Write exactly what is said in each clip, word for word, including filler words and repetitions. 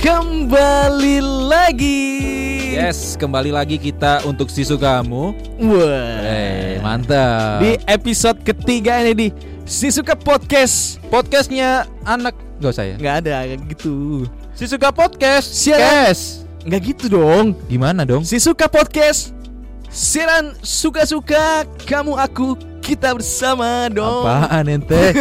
kembali lagi. Yes, kembali lagi kita untuk Sisu Kamu. Wah, hey, mantap. Di episode ketiga ini di Sisuka Podcast. Podcastnya anak gak usah ya? Nggak ada kayak gitu. Sisuka Podcast. Siaran. Yes. Nggak gitu dong. Gimana dong? Sisuka Podcast. Siaran suka-suka kamu aku kita bersama dong. Apaan ente?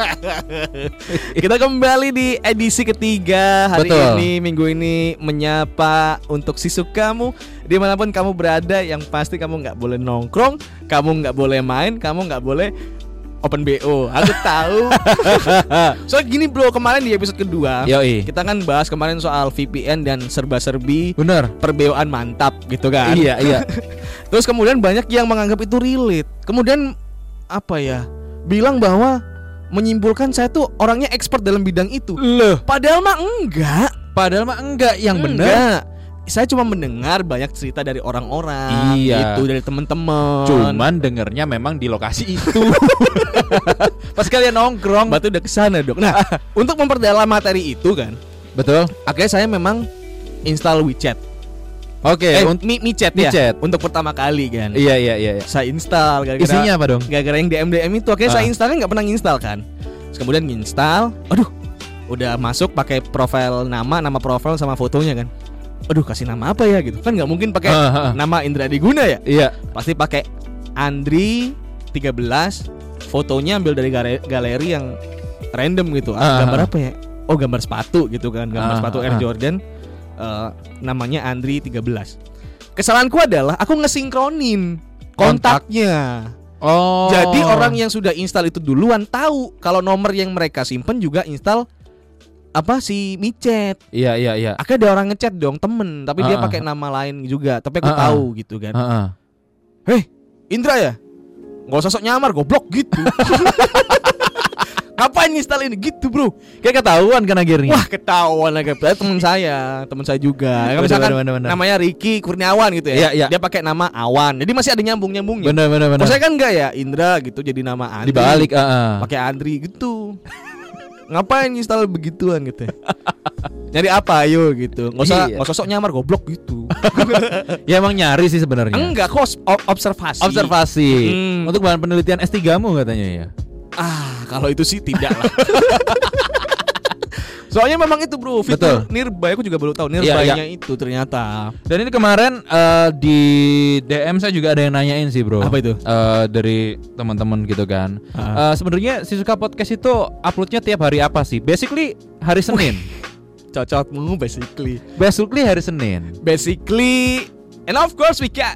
Kita kembali di edisi ketiga hari Betul. ini, minggu ini menyapa untuk Sisu kamu dimanapun kamu berada. Yang pasti kamu nggak boleh nongkrong, kamu nggak boleh main, kamu nggak boleh open B O. Aku tahu. Soalnya gini bro, kemarin di episode kedua Yoi. kita kan bahas kemarin soal V P N dan serba-serbi. Bener. Per B O-an mantap gitu kan. Iya iya. Terus kemudian banyak yang menganggap itu relate. Kemudian apa ya, bilang bahwa menyimpulkan saya tuh orangnya expert dalam bidang itu. Loh, Padahal mah enggak. padahal mah enggak, yang bener. Enggak. Saya cuma mendengar banyak cerita dari orang-orang. Iya. Itu dari teman-teman. Cuman dengernya memang di lokasi itu. Pas kalian nongkrong. Berarti udah kesana dok. Nah, untuk memperdalam materi itu kan, Betul. akhirnya saya memang install WeChat. Oke. Eh, un- Mi MiChat Mi ya. Chat. Untuk pertama kali kan. Iya iya iya. Saya install gara-gara Isinya apa dong? gara-gara yang D M D M itu. Akhirnya Ah. saya install kan nggak pernah nginstal kan. Terus kemudian nginstal, aduh, udah masuk pakai profil nama, nama profil sama fotonya kan. Aduh, kasih nama apa ya gitu. Kan nggak mungkin pakai Ah, ah. nama Indra Diguna ya. Iya. Pasti pakai Andri tiga belas. Fotonya ambil dari galeri, galeri yang random gitu. Ah, Ah, gambar ah. apa ya? Oh, gambar sepatu gitu kan. Gambar Ah, sepatu Air ah. Jordan. eh, namanya Andri tiga belas. Kesalahanku adalah aku ngesinkronin kontaknya. Oh. Jadi orang yang sudah install itu duluan tahu kalau nomor yang mereka simpen juga install apa si MiChat. Iya iya iya. Akhirnya ada orang ngechat dong, temen, tapi dia Ah, ah. pakai nama lain juga. Tapi aku Ah, ah. tahu gitu kan. Heeh. Hei, Indra ya? Gak usah sok nyamar, goblok gitu. Ngapain install ini gitu bro? Kayak ketahuan kan akhirnya. Wah ketahuan lagi. Padahal teman saya, teman saya juga. Ya, Bener, misalkan bener, bener. namanya Ricky Kurniawan gitu ya. Iya, iya. Dia pakai nama Awan. Jadi masih ada nyambung-nyambungnya. Bener bener bener. Kalau saya kan enggak ya, Indra gitu jadi nama Andri. Dibalik, heeh. Pakai Andri gitu. Ngapain install begituan gitu ya? Nyari apa ayo gitu. Enggak usah Iya. enggak usah sok nyamar goblok gitu. Ya emang nyari sih sebenarnya. Enggak kok ob- observasi. Observasi. Hmm. Untuk bahan penelitian S tiga-mu katanya ya. Ah, kalau itu sih tidak lah. Soalnya memang itu bro, fitur Betul. nearby aku juga baru tahu Iya, nearby-nya itu ternyata. Dan ini kemarin eh, di D M saya juga ada yang nanyain sih bro. Apa itu? Eh, dari teman-teman gitu kan. Ah. Eh, sebenarnya si Suka Podcast itu uploadnya tiap hari apa sih? Basically hari Senin. Cocokmu basically. Basically hari Senin. Basically, and of course we can.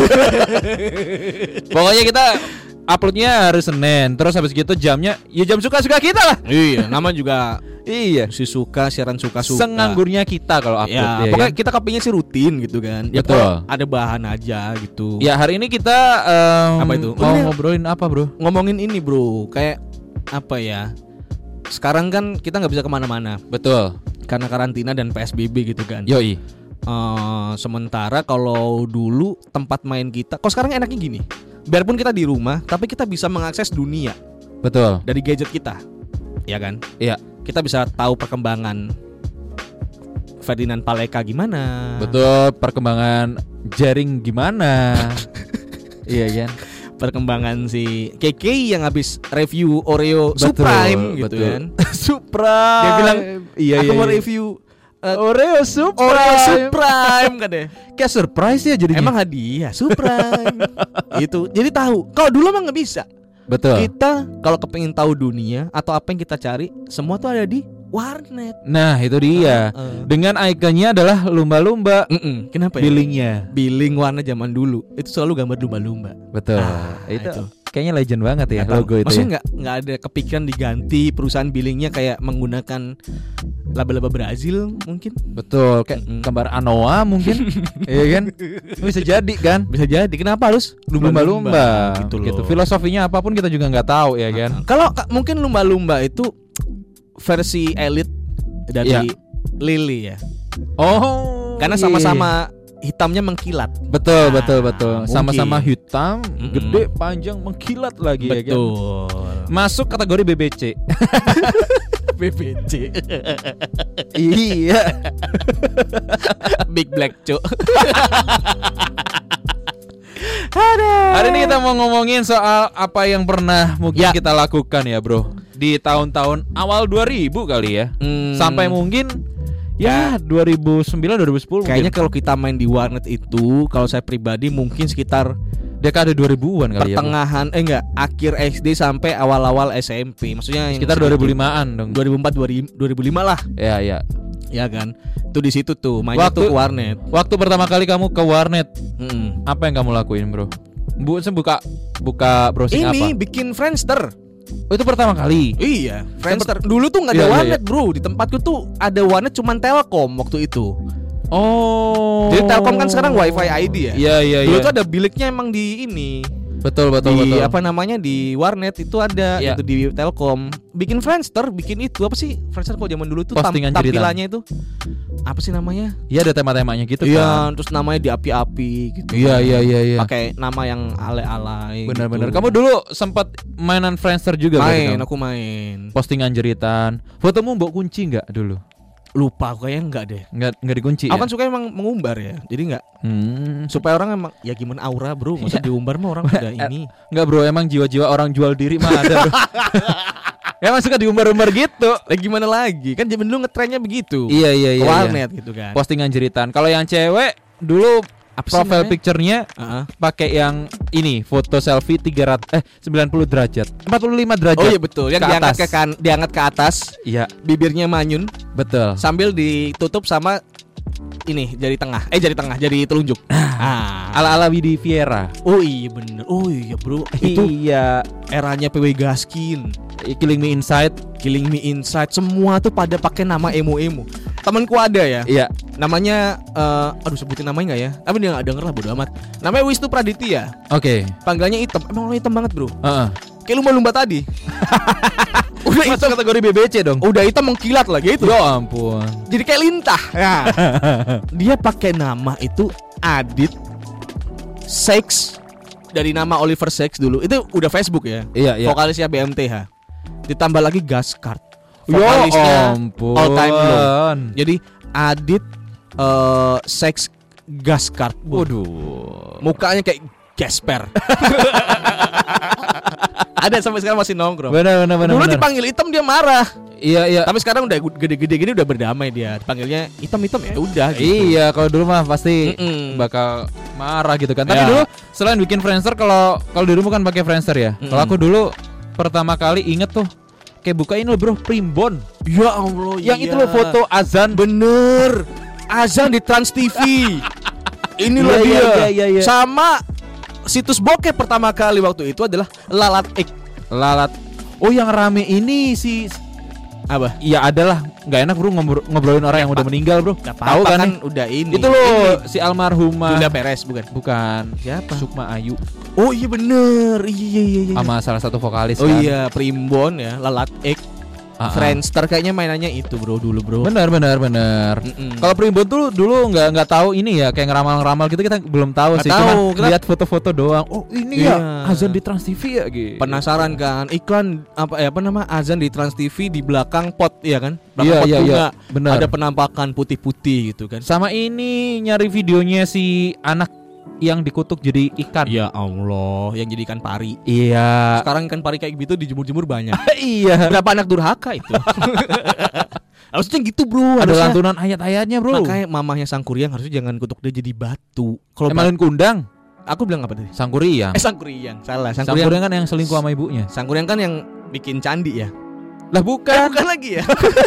Pokoknya kita uploadnya hari Senin. Terus habis gitu jamnya ya jam suka-suka kita lah. Iya, nama juga Iya. si suka siaran suka-suka. Senganggurnya kita kalau upload Ya, ya, pokoknya kan? kita kepingin sih rutin gitu kan. Ya, Betul. pokoknya ada bahan aja gitu. Ya hari ini kita em, Apa itu? mau Ini- ngobrolin apa bro? Ngomongin ini bro, kayak apa ya? Sekarang kan kita nggak bisa kemana-mana Betul. karena karantina dan P S B B gitu kan. Yoi. Eh, sementara kalau dulu tempat main kita, kok sekarang enaknya gini, biarpun kita di rumah, tapi kita bisa mengakses dunia Betul. dari gadget kita, ya kan? Iya. Kita bisa tahu perkembangan Ferdinand Paleka gimana, Betul. Perkembangan jaring gimana? Iya kan? perkembangan si Keke yang habis review Oreo Betul, Supreme gitu betul. kan. Supreme. Dia bilang, iya aku iya. mau iya. review eh, Oreo Supreme. Oreo Supreme kan deh. Kayak surprise ya jadinya. Emang hadiah Supreme. Itu. Jadi tahu. Kalau dulu emang nggak bisa. betul. Kita kalau kepengin tahu dunia atau apa yang kita cari, semua tuh ada di warnet. Nah, itu dia. Uh, uh. Dengan ikonnya adalah lumba-lumba Mm-mm. Kenapa ya? billingnya. Billing warna zaman dulu itu selalu gambar lumba-lumba. Betul. Ah, itu, itu. kayaknya legend banget ya Nggak tahu. logo itu. Maksudnya Ya. nggak nggak ada kepikiran diganti perusahaan billingnya kayak menggunakan laba-laba Brazil mungkin. Betul, kayak Mm-mm. gambar Anoa mungkin. Iya kan? Bisa jadi kan? Bisa jadi. Kenapa harus Lumba-lumba gitu gitu, loh. Filosofinya apapun kita juga nggak tahu ya kan. Kalau ka- mungkin lumba-lumba itu versi elit dari Iya. Lily ya. Oh, Karena iya. sama-sama hitamnya mengkilat. Betul, Nah, betul, betul. mungkin. Sama-sama hitam, Mm-mm. gede, panjang, mengkilat lagi ya kan. Betul. Masuk kategori B B C. B B C. Iya. Big Black Cuk. Hari ini kita mau ngomongin soal apa yang pernah mungkin Ya. kita lakukan ya, Bro. Di tahun-tahun awal dua ribu kali ya. Hmm. Sampai mungkin ya dua ribu sembilan dua ribu sepuluh Kayaknya mungkin. kalau kita main di warnet itu, kalau saya pribadi mungkin sekitar dekade dua ribuan kali ya. Bro. pertengahan eh enggak, akhir S D sampai awal-awal S M P. Maksudnya yang Sekitar dua ribu limaan dong. dua ribu empat dua ribu lima lah. Ya, ya. Ya kan? Itu di situ tuh, mainnya Waktu- tuh ke warnet. Waktu pertama kali kamu ke warnet, Mm. apa yang kamu lakuin, Bro? Bu, saya buka buka browsing Ini apa? bikin Friendster. Oh, itu pertama kali. Iya, Friendster. Dulu tuh nggak ada Iya, iya, warnet, Bro. Di tempatku tuh ada warnet cuman Telkom waktu itu. Oh. Jadi Telkom kan sekarang WiFi I D ya. Iya, iya, Dulu iya. tuh ada biliknya emang di ini. Betul, betul, di betul. apa namanya di warnet itu ada Iya. itu di Telkom. Bikin Friendster, bikin itu apa sih? Friendster kok zaman dulu tuh tam- Postingan cerita. tampilannya itu apa sih namanya? Iya, ada tema-temanya gitu Iya, kan. terus namanya diapi-api gitu. Iya, iya, iya, iya. Pakai nama yang alay-alay. Benar-benar. gitu. Kamu dulu sempat mainan Friendster juga berarti main, kamu? aku main. Postingan jeritan. Fotomu mbok kunci enggak dulu? Lupa aku kayaknya enggak deh. Enggak enggak dikunci Aku ya? kan suka emang mengumbar ya. Jadi enggak Hmm. supaya orang emang ya gimana aura, Bro. Masa diumbar mah orang udah ini. Enggak, Bro, emang jiwa-jiwa orang jual diri mah ada, Bro. Emang suka diumbar-umbar gitu. Lah gimana lagi? Kan zaman dulu ngetrennya begitu. Iya, iya, Ke iya. iya. warnet gitu kan. Postingan jeritan. Kalau yang cewek dulu Apa sih profile namanya? picture-nya Heeh. pakai yang ini, foto selfie tiga ratus eh sembilan puluh derajat. empat puluh lima derajat. Oh iya betul, yang Ke diangkat atas. ke kan, diangkat ke atas, Iya, bibirnya manyun betul. sambil ditutup sama ini jari tengah. Eh jari tengah, jari telunjuk. Ah. Ala-ala Widi Viera. Oh iya bener. Oh iya, Bro. Itu Iya. eranya P W Gaskin, Killing Me Inside. Killing Me Inside, semua tuh pada pakai nama emo-emo. Temanku ada ya. Iya. Namanya eh, aduh sebutin namanya enggak ya? Tapi dia enggak denger lah, bodo amat. Namanya Wisnu Praditya. Oke. Panggilannya Item. Emang orangnya hitam banget, Bro. Heeh. Kayak lumba-lumba tadi. Udah Masuk hitam, kategori B B C dong. udah hitam mengkilat lah gitu. Ya ampun. Jadi kayak lintah. Nah, dia pakai nama itu Adit Sykes dari nama Oliver Sykes dulu. Itu udah Facebook ya. Iya, iya. Vokalisnya B M T H. Ditambah lagi Gascard. Ya Vokalisnya ampun. All Time Low. Jadi Adit eh Sykes Gascard. Waduh. Mukanya kayak Gasper. Ada sampai sekarang masih nongkrong. Benar, benar, benar. Dulu benar. dipanggil hitam dia marah. Iya, iya. Tapi sekarang udah gede-gede gini udah berdamai dia. Dipanggilnya hitam-hitam ya udah gitu. Iya, kalau dulu mah pasti Mm-mm. bakal marah gitu kan. Tapi Ya. dulu selain bikin Friendster, kalau kalau dirimu kan pakai Friendster ya. Mm-mm. Kalau aku dulu pertama kali inget tuh kayak bukain loh, Bro, Primbon. Ya Allah. Yang iya. itu loh foto azan. Bener. Azan di Trans T V. Ini loh Iya, dia. iya, iya, iya. Sama situs bokep pertama kali waktu itu adalah Lalat X. Lalat. Oh, yang rame ini si Apa? iya adalah nggak enak, Bro, ngobrol- ngobrolin orang yang udah meninggal, Bro. Gak Tahu apa-apa kan? kan nih? udah ini. Itu loh si almarhumah. Julia Perez bukan? Bukan. Siapa? Sukma Ayu Oh iya bener. Iya iya iya. iya. sama salah satu vokalis Oh kan. iya, Primbon ya, Lalat X. Ah, ah. Friendster kayaknya mainannya itu, Bro, dulu, Bro. Benar, benar, benar. Mm-mm. Kalau Primbon tuh dulu nggak nggak tahu ini ya, kayak ngeramal-ngeramal gitu kita belum tahu Nggak sih. tahu, Cuma kita- lihat foto-foto doang. Oh, ini Iya. ya azan di Trans T V ya gitu. Penasaran kan iklan apa ya apa nama azan di Trans T V di belakang pot ya kan belakang Iya, pot iya, bunga iya. Benar. ada penampakan putih-putih gitu kan. Sama ini nyari videonya si anak yang dikutuk jadi ikan. Ya Allah, yang jadi ikan pari. Iya. Sekarang ikan pari kayak gitu dijemur-jemur banyak. Iya. Berapa anak durhaka itu? Harusnya gitu, Bro. Ada Harusnya. lantunan ayat-ayatnya, Bro. Makanya mamahnya Sangkuriang harusnya jangan kutuk dia jadi batu. Kalau ba- Emalin Kundang, aku bilang apa tadi? Sangkuriang. Eh Sangkuriang, salah. Sangkuriang. Sangkuriang kan yang selingkuh sama ibunya. Sangkuriang kan yang bikin candi ya. Lah Eh, bukan. bukan lagi ya.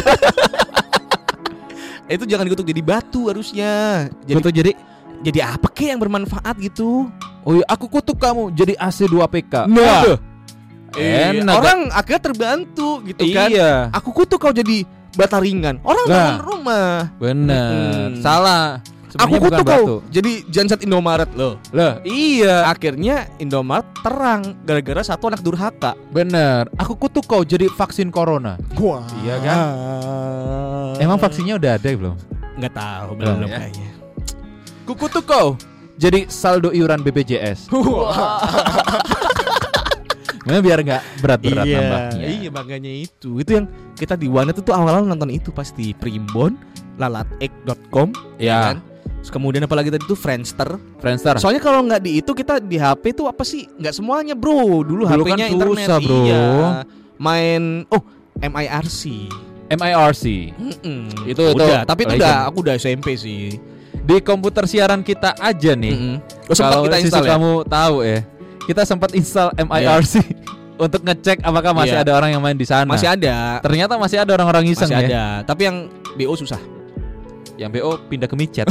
Itu jangan dikutuk jadi batu harusnya. Jadi Kutuk jadi jadi apa kek yang bermanfaat gitu? oh iya, aku kutuk kamu jadi A C dua P K. Nah. Aduh. Eh, Enak, orang akhirnya terbantu gitu kan. Iya. Aku kutuk kau jadi bata ringan. Orang Lah. bangun rumah. Bener. Mm-mm. Salah. Aku Sebenarnya bukan kutuk kau batu. jadi genset Indomaret loh. Lah, iya. Akhirnya Indomaret terang gara-gara satu anak durhaka. Bener. Aku kutuk kau jadi vaksin corona. Wah. Iya kan? Emang vaksinnya udah ada belum? Nggak tahu Belum belum ya? kayaknya. Ku kutuk kau jadi saldo iuran B P J S. Memang biar nggak berat-berat iya, nambahnya. iya makanya itu. Itu yang kita di warnet itu awal-awal nonton itu pasti Primbon, lalatx dot com, Ya. kan? Terus kemudian apalagi tadi itu Friendster. Friendster. Soalnya kalau nggak di itu kita di H P tuh apa sih? Nggak semuanya bro. Dulu, Dulu H P-nya kan internet. susah, bro. Iya. Main oh M I R C. M I R C. Mm-mm. Itu- itu udah, tapi itu legend. udah aku udah S M P sih. Di komputer siaran kita aja nih. Mm-mm. Oh, sempat Kalau kita Sisu install ya? kamu tahu ya. Kita sempat install M I R C untuk ngecek apakah masih Iya. ada orang yang main di sana. Masih ada. Ternyata masih ada orang-orang iseng Masih ya. ada. Tapi yang B O susah. Yang B O pindah ke micet.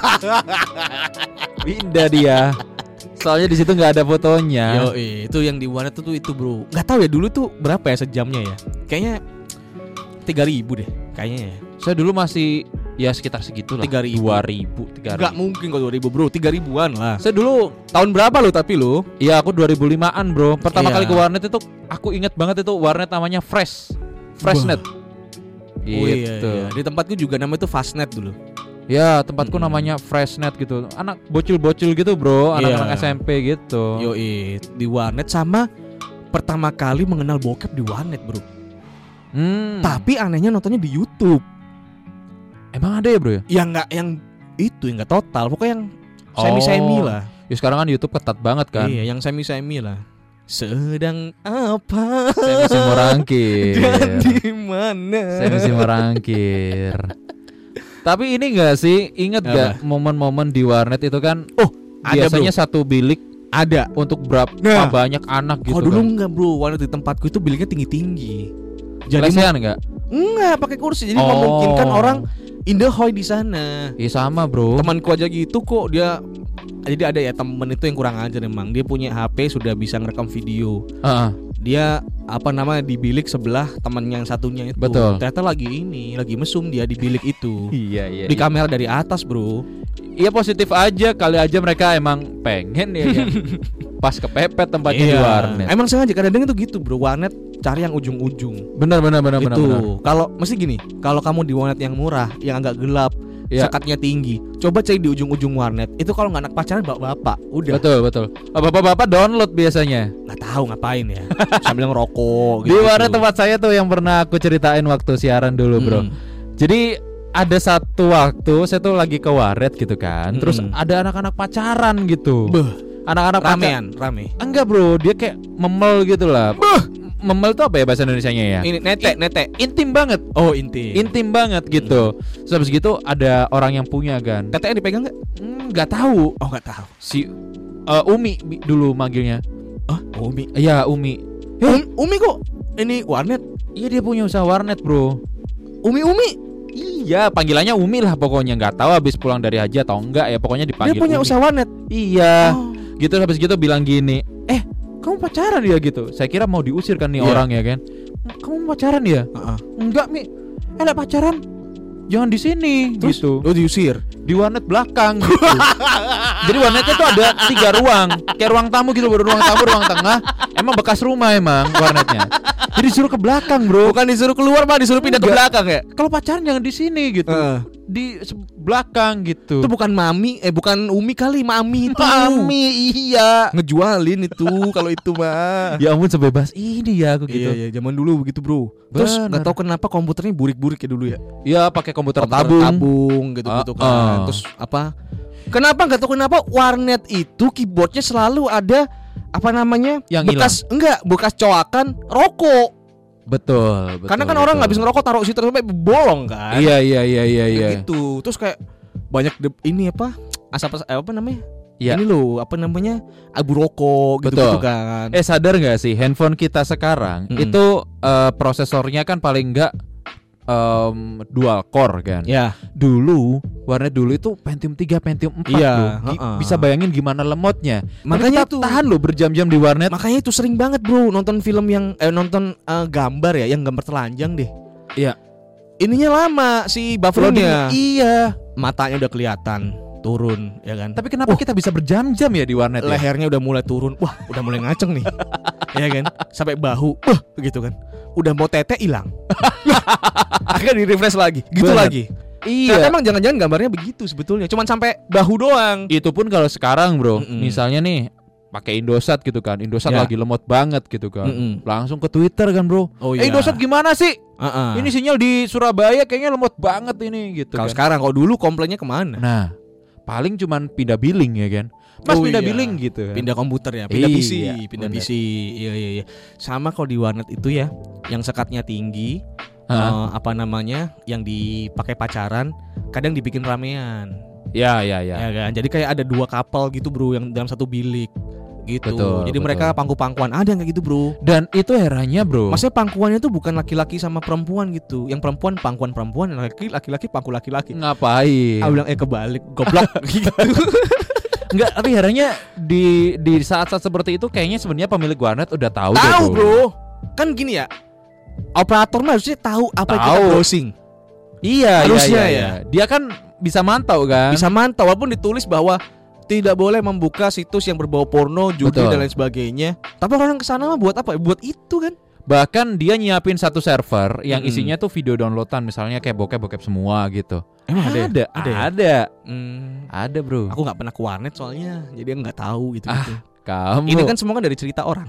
Pindah dia. Soalnya di situ nggak ada fotonya. Yo, itu yang di warnet tuh itu bro. Nggak tahu ya dulu tuh berapa ya sejamnya ya? Kayaknya tiga ribu deh. Kayaknya ya. Saya dulu masih ya sekitar segitulah. tiga ribu. dua ribu, tiga ribu. Nggak mungkin kalau dua ribu bro. Tiga ribuan lah. Saya dulu Tahun berapa lo tapi lo? iya aku dua ribu limaan, Bro. Pertama Iya. kali ke warnet itu aku inget banget itu warnet namanya Fresh. Freshnet. Oh iya, Gitu. iya. Di tempatku juga namanya tuh Fastnet dulu. Ya, tempatku Mm-mm. namanya Freshnet gitu. Anak bocil-bocil gitu, Bro. Anak-anak Iya. S M P gitu. Yo, di warnet sama pertama kali mengenal bokep di warnet bro. Hmm. Tapi anehnya nontonnya di YouTube. Emang ada ya, Bro ya? Yang nggak yang itu yang nggak total. Pokoknya yang semi-semi Oh. lah. Ya sekarang kan YouTube ketat banget kan. Iya, yang semi-semi lah. Sedang apa? Saya masih mau rangkir. Dan di mana? Saya masih mau rangkir. Tapi ini enggak sih, ingat Apa? gak momen-momen di warnet itu kan Oh, ada biasanya bro. satu bilik Ada. untuk berapa Nah. banyak anak gitu Kalau dulu kan. enggak bro, warnet di tempatku itu biliknya tinggi-tinggi. Jadi Lesehan enggak? enggak pakai kursi. Jadi Oh. memungkinkan orang indahoy di sana. Iya sama, Bro. Temanku aja gitu kok dia. Jadi ada ya temen itu yang kurang ajar emang. Dia punya H P sudah bisa ngerekam video. Heeh. Dia apa namanya di bilik sebelah temennya yang satunya itu. Betul. Ternyata lagi ini, lagi mesum dia di bilik itu. Iya, iya. Di kamera dari atas, bro. Iya positif aja, kali aja mereka emang pengen ya kan. Pas kepepet tempatnya di warnet. Emang sengaja kadang-kadang itu gitu, bro. Warnet cari yang ujung-ujung. Benar benar benar benar. benar. Itu. Kalau mesti gini, kalau kamu di warnet yang murah, yang agak gelap, Iya. sekatnya tinggi, coba cari di ujung-ujung warnet. Itu kalau nggak anak pacaran bapak-bapak, udah. Betul betul. Oh, bapak-bapak download biasanya. Nggak tahu ngapain ya. Sambil ngerokok Di warnet tempat saya tuh yang pernah aku ceritain waktu siaran dulu, Bro. Mm. Jadi ada satu waktu saya tuh lagi ke warnet gitu kan. Mm-mm. Terus ada anak-anak pacaran gitu. Beuh, Anak-anak pacaran. ramean, rame. Enggak, Bro, dia kayak memel gitu lah. Memel tuh apa ya bahasa Indonesianya ya? Ini netek, netek. Intim banget. Oh, inti. Intim banget gitu. Terus habis gitu ada orang yang punya kan. Teteknya dipegang nggak? Enggak tahu. Oh, nggak tahu. Si uh, Umi bi- dulu manggilnya. Oh, Umi. Iya, Umi. Um, Umi kok ini warnet? Iya, dia punya usaha warnet, Bro. Umi Umi. Iya, panggilannya Umi lah pokoknya. Nggak tahu habis pulang dari haji atau enggak ya, pokoknya Dia dipanggil punya Umi. usaha warnet. Iya. Oh. Gitu habis gitu bilang gini, "Eh, kamu pacaran ya?" gitu. Saya kira mau diusir kan nih Iya. orang ya kan. "Kamu pacaran ya?" Heeh. "Enggak, Mi. Eh, lah pacaran. Jangan di sini." Terus? gitu. Oh, diusir. Di warnet belakang gitu. Jadi warnetnya tuh ada tiga ruang, kayak ruang tamu gitu, baru ruang tamu, ruang tengah. Emang bekas rumah emang warnetnya. Jadi disuruh ke belakang, Bro. Bukan disuruh keluar, Pak, disuruh pindah ke Enggak. belakang ya. Kalau pacaran jangan di sini gitu. Heeh. Di se- belakang gitu. Itu bukan mami, eh bukan Umi kali, mami itu. Mami, iya. Ngejualin itu kalau itu mah. Ya ampun sebebas ini ya aku gitu. Iya, iya, zaman dulu begitu, Bro. Terus Bener. nggak tahu kenapa komputernya burik-burik ya dulu ya. Iya, pakai komputer Komputer tabung. tabung gitu-gitu Ah, kan. ah. Terus apa? Kenapa nggak tahu kenapa warnet itu keyboardnya selalu ada apa namanya? Yang bekas enggak, bekas coakan rokok. Betul, betul. Karena kan orang nggak bisa ngerokok taruh situ sampai bolong kan. Iya, iya, iya, iya, Kayak iya. gitu. Terus kayak banyak de- ini apa? Asap eh, apa namanya? Iya. Ini loh, apa namanya? Abu rokok gitu-gitu Betul. kan. Eh sadar nggak sih handphone kita sekarang Mm-mm. itu eh, prosesornya kan paling nggak em, dual core kan. Ya. Dulu warnet dulu itu Pentium tiga, Pentium empat Iya, loh. Gi- heeh. Bisa bayangin gimana lemotnya. Makanya Tapi itu. tetap tahan loh berjam-jam di warnet. Makanya itu sering banget, Bro, nonton film yang eh nonton eh, gambar ya, yang gambar telanjang deh. Iya. Ininya lama si buffernya. Iya. Matanya udah kelihatan turun ya kan. Tapi kenapa kita bisa berjam-jam ya di warnet ya? Lehernya udah mulai turun. Wah, udah mulai ngaceng nih. Ya kan? Sampai bahu. Wah, gitu kan. Udah mau tete hilang. Akhirnya di refresh lagi. Gitu Bener. lagi. Iya. Ternyata emang jangan-jangan gambarnya begitu sebetulnya. Cuman sampai bahu doang. Itu pun kalau sekarang, Bro. Mm-mm. Misalnya nih pakai Indosat gitu kan. Indosat Ya. lagi lemot banget gitu kan. Mm-mm. Langsung ke Twitter kan, Bro. Oh, Eh iya. Indosat gimana sih? Uh-uh. Ini sinyal di Surabaya kayaknya lemot banget ini gitu Kalau kan. sekarang, kalau dulu komplainnya kemana? Nah, paling cuman pindah billing ya kan. Mas Oh, pindah iya. billing gitu kan. Pindah komputer ya, pindah P C, Iya, pindah bener. P C. Iya iya iya. Sama kalau di warnet itu ya, yang sekatnya tinggi, Hah? eh, apa namanya, yang dipakai pacaran, kadang dibikin ramean, Ya, ya, ya. ya kan. Jadi kayak ada dua kapal gitu bro, yang dalam satu bilik, gitu. Betul, Jadi betul. mereka pangku-pangkuan, ada yang kayak gitu bro. Dan itu herannya, Bro. Maksudnya pangkuannya tuh bukan laki-laki sama perempuan gitu. Yang perempuan pangkuan perempuan, yang laki laki-laki pangku laki-laki. ngapain? Ah bilang eh kebalik, goblok gitu. Enggak, tapi herannya di di saat-saat seperti itu kayaknya sebenarnya pemilik warnet udah tahu deh, Tahu bro, kan gini ya. Operator mah harusnya tahu apa yang kita Tahu. browsing. Iya, Harusnya iya, iya, ya. iya. Dia kan bisa mantau kan? Bisa mantau walaupun ditulis bahwa tidak boleh membuka situs yang berbau porno, judi Betul. dan lain sebagainya. Tapi orang kesana mah buat apa? Buat itu kan? Bahkan dia nyiapin satu server yang Mm-mm. isinya tuh video downloadan, misalnya kayak bokep-bokep semua gitu. Emang ada ya? Ada, Ada ya? ada, Hmm, ada, Bro. aku nggak pernah ke warnet soalnya, jadi nggak tahu gitu. gitu. Kamu. Ini kan semua kan dari cerita orang.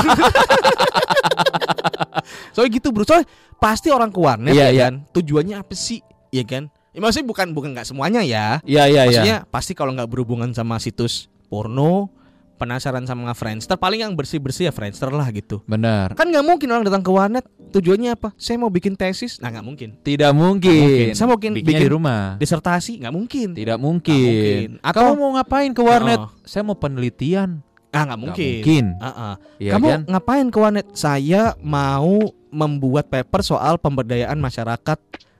Soalnya gitu bro, soalnya pasti orang ke warnet Iya, ya iya. kan. Tujuannya apa sih? Ya kan? Ya, maksudnya bukan bukan nggak semuanya ya. Iya, iya, iya. Maksudnya pasti kalau nggak berhubungan sama situs porno, penasaran sama Friendster, paling yang bersih-bersih ya Friendster lah gitu. Benar. Kan nggak mungkin orang datang ke warnet tujuannya apa? Saya mau bikin tesis, nah nggak mungkin. Tidak mungkin. mungkin. Saya mungkin bikinnya bikin di rumah. Disertasi nggak mungkin. Tidak Nggak mungkin. Atau Kamu mau ngapain ke warnet? Oh. Saya mau penelitian. ah nggak Nggak mungkin. mungkin. Ah-ah. Iya Kamu kan? ngapain ke warnet? Saya mau membuat paper soal pemberdayaan masyarakat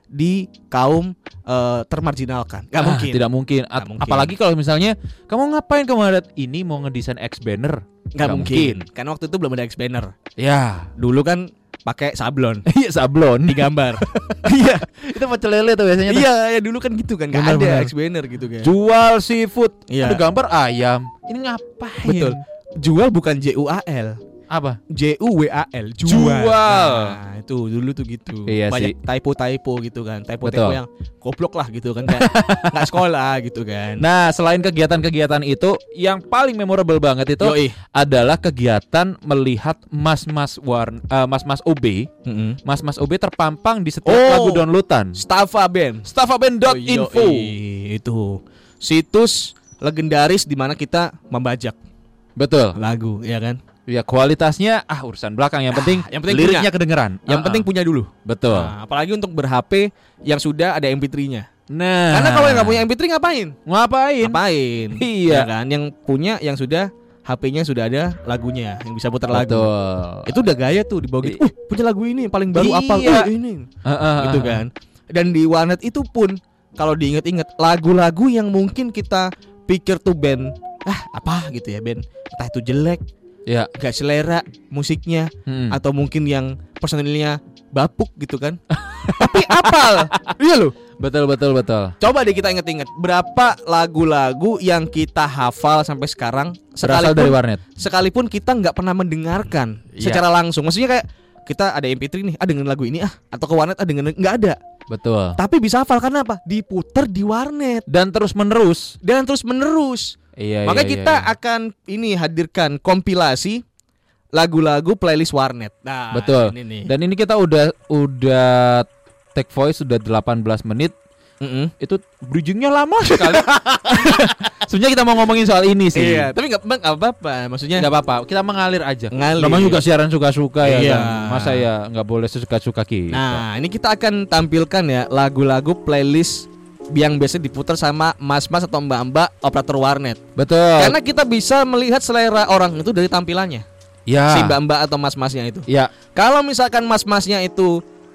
di kaum eh, termarginalkan. Gak Ah, mungkin. Tidak mungkin. At- Nggak mungkin. Apalagi kalau misalnya kamu ngapain ke warnet? Ini mau ngedesain X banner. Gak nggak mungkin. Karena waktu itu belum ada X-Banner. Ya. Dulu kan pakai sablon Iya, sablon. digambar. Iya. Itu pecel lele tuh biasanya. tuh. Iya, ya dulu kan gitu kan. Gak Benar, ada benar. X-Banner gitu kan. Jual seafood. Iya. Ada gambar ayam. Ini ngapain? Betul. Jual bukan J U A L. Apa? J U W A L. Jual. Nah, itu dulu tuh gitu. Iya Banyak typo-typo gitu kan. Typo-typo Betul. yang goblok lah gitu kan. Kayak nggak sekolah gitu kan. Nah, selain kegiatan-kegiatan itu, yang paling memorable banget itu Yoi. adalah kegiatan melihat mas-mas war, eh, mas-mas O B, Mm-mm. mas-mas O B terpampang di setiap Oh. lagu downloadan. Staffa Band. Staffaben dot info. Oh, yoi, itu situs legendaris di mana kita membajak Betul. lagu, ya kan? Ya kualitasnya ah urusan belakang, yang penting, yang penting liriknya punya. kedengeran. Yang Ah, penting ah. punya dulu. Betul. Nah, apalagi untuk ber-H P yang sudah ada M P tiga-nya. Nah, Karena kalau yang nggak punya M P tiga ngapain? ngapain? Ngapain? Iya. Ya kan? Yang punya yang sudah H P-nya sudah ada lagunya yang bisa putar lagu. Betul. Itu udah gaya tuh dibawa gitu. I- Uh, punya lagu ini yang paling baru apa? Iya. Uh, ini. Ah, ah, Gitu ah. kan. Dan di warnet itu pun kalau diinget-inget lagu-lagu yang mungkin kita pikir tuh band ah apa gitu ya band, entah itu jelek, Ya. gak selera musiknya, Hmm. atau mungkin yang personilnya bapuk gitu kan. Tapi apal. Iya loh. Betul, betul, betul. Coba deh kita inget-inget berapa lagu-lagu yang kita hafal sampai sekarang, Berasal dari sekalipun warnet. sekalipun kita nggak pernah mendengarkan Iya. secara langsung. Maksudnya kayak kita ada M P tiga nih, ah dengerin lagu ini ah, atau ke warnet ah dengerin, nggak ada. Betul. Tapi bisa hafal karena apa? Diputer di warnet Dan terus menerus. dan terus menerus. Iya, Makanya iya, kita iya, iya. akan ini hadirkan kompilasi lagu-lagu playlist warnet. Nah, Betul. ini nih. Dan ini kita udah udah take voice sudah delapan belas menit. Mm-mm. Itu bridgingnya lama sekali. Sebenarnya kita mau ngomongin soal ini sih. Iya, tapi nggak nggak apa-apa. Maksudnya Nggak apa-apa, kita mengalir aja. Ngalir. Namanya juga siaran suka-suka ya Iya. kan. Masa ya nggak boleh sesuka-suka kita. Nah, ini kita akan tampilkan ya lagu-lagu playlist yang biasa diputar sama mas-mas atau mbak-mbak operator warnet. Betul. Karena kita bisa melihat selera orang itu dari tampilannya. ya. Si mbak-mbak atau mas-masnya itu. Ya, Kalau misalkan mas-masnya itu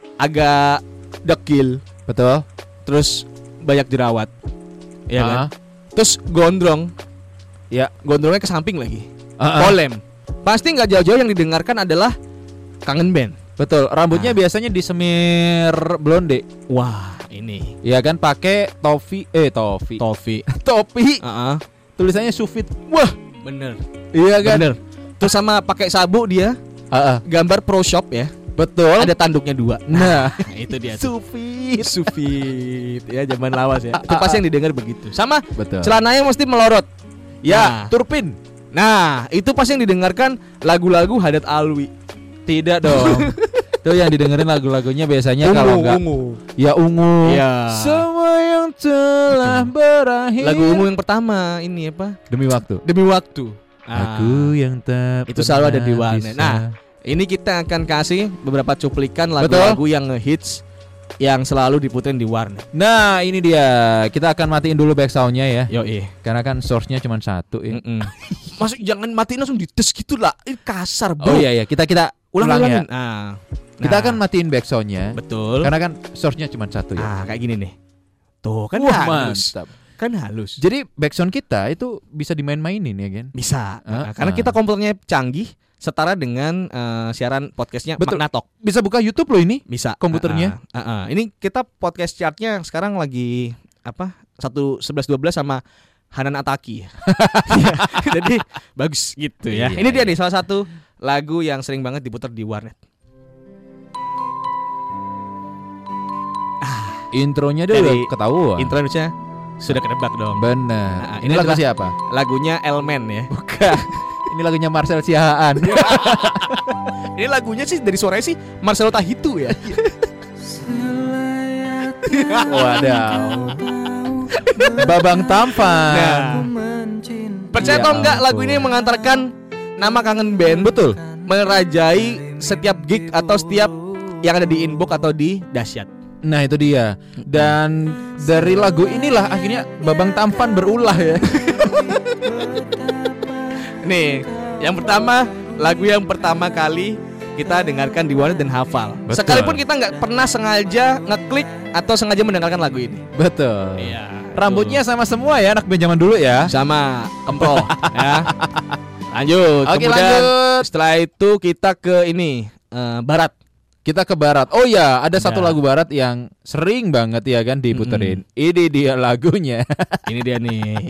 agak dekil, betul. terus banyak jerawat, ya kan? Ah, Terus gondrong, Ya. gondrongnya ke samping lagi, Ah, ah. polem. Pasti nggak jauh-jauh yang didengarkan adalah Kangen Band. Betul. Rambutnya Nah. biasanya disemir blonde. Wah, ini Ya kan, pakai topi eh topi. Tofi. Topi. Heeh. Tulisannya Sufit. Wah, bener. Iya kan? Bener. Terus sama pakai sabuk dia, Ah, ah. gambar Pro Shop ya. Betul. Ada tanduknya dua. Nah, itu dia. tuh. Sufit. Sufit ya, zaman lawas ya. Itu pasti yang didengar begitu. Sama Betul. celananya mesti melorot. Ya, Nah. turpin. Nah, itu pasti yang didengarkan lagu-lagu Haddad Alwi. Tidak dong. Itu yang didengerin lagu-lagunya biasanya Ungu, kalau enggak ungu. ya ungu. Iya. Semua yang telah berakhir. Lagu ungu yang pertama ini apa? Demi waktu. Demi waktu. Ah, Aku yang tak itu selalu ada di pernah warnet. bisa. Nah, ini kita akan kasih beberapa cuplikan lagu-lagu yang ngehits yang selalu diputerin di warnet. Nah, ini dia. Kita akan matiin dulu back sound-nya ya. Yoi. Karena kan source-nya cuma satu ya. Mm-mm. Masuk jangan matiin langsung dites gitu lah. Ini kasar, Bro. Oh iya iya, kita kita ulang, Ulang ya. ulangin. Nah. Kita Nah, akan matiin back sound-nya. betul. Karena kan source-nya cuma satu ya. Ah, kayak gini nih. Tuh, kan Wah, halus. mantap. Kan halus. Jadi backsound kita itu bisa dimain-mainin ya kan? Bisa. Ah, Nah, karena ah. kita komputernya canggih, setara dengan eh, siaran podcastnya Betul. Magna Talk. Bisa buka YouTube loh ini. Bisa. Komputernya? Ah, ah, ah, ah. Ini kita podcast chartnya sekarang lagi apa? satu sebelas dua belas sama Hanan Ataki. Jadi bagus gitu ya. Iya, Ini dia iya. nih salah satu lagu yang sering banget diputar di warnet. Intronya dia Dari udah ketahuan. Intro Indonesia sudah kedebak dong. Benar. Nah, ini ini lagu adalah- siapa? Lagunya Elmen ya. Bukan. Ini lagunya Marcel Siahaan. Ini lagunya sih dari suaranya sih Marcelo Tahitu ya. Wadaw. Babang Tampan. Nah, percaya Ya atau enggak lagu ampun. ini mengantarkan nama kangen band. Betul. Merajai setiap gig atau setiap yang ada di inbox atau di dahsyat. Nah itu dia. Dan dari lagu inilah akhirnya Babang Tampan berulah ya. Nih, yang pertama lagu yang pertama kali kita dengarkan di warnet dan hafal. Betul. Sekalipun kita nggak pernah sengaja ngeklik atau sengaja mendengarkan lagu ini. Betul. Iya. Rambutnya sama semua ya anak band zaman dulu ya. Sama kempro ya. Lanjut. Oke, Kemudian lanjut. setelah itu kita ke ini eh, barat. Kita ke barat. Oh ya, ada Ya. satu lagu barat yang sering banget ya kan diputerin. Ini dia lagunya. Ini dia nih.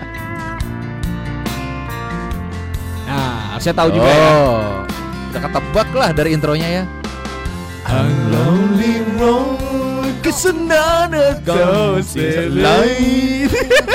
Nah, harusnya tahu juga ya. Oh. Udah ketebak lah dari intronya ya. A lonely road, 'cause another goes in light.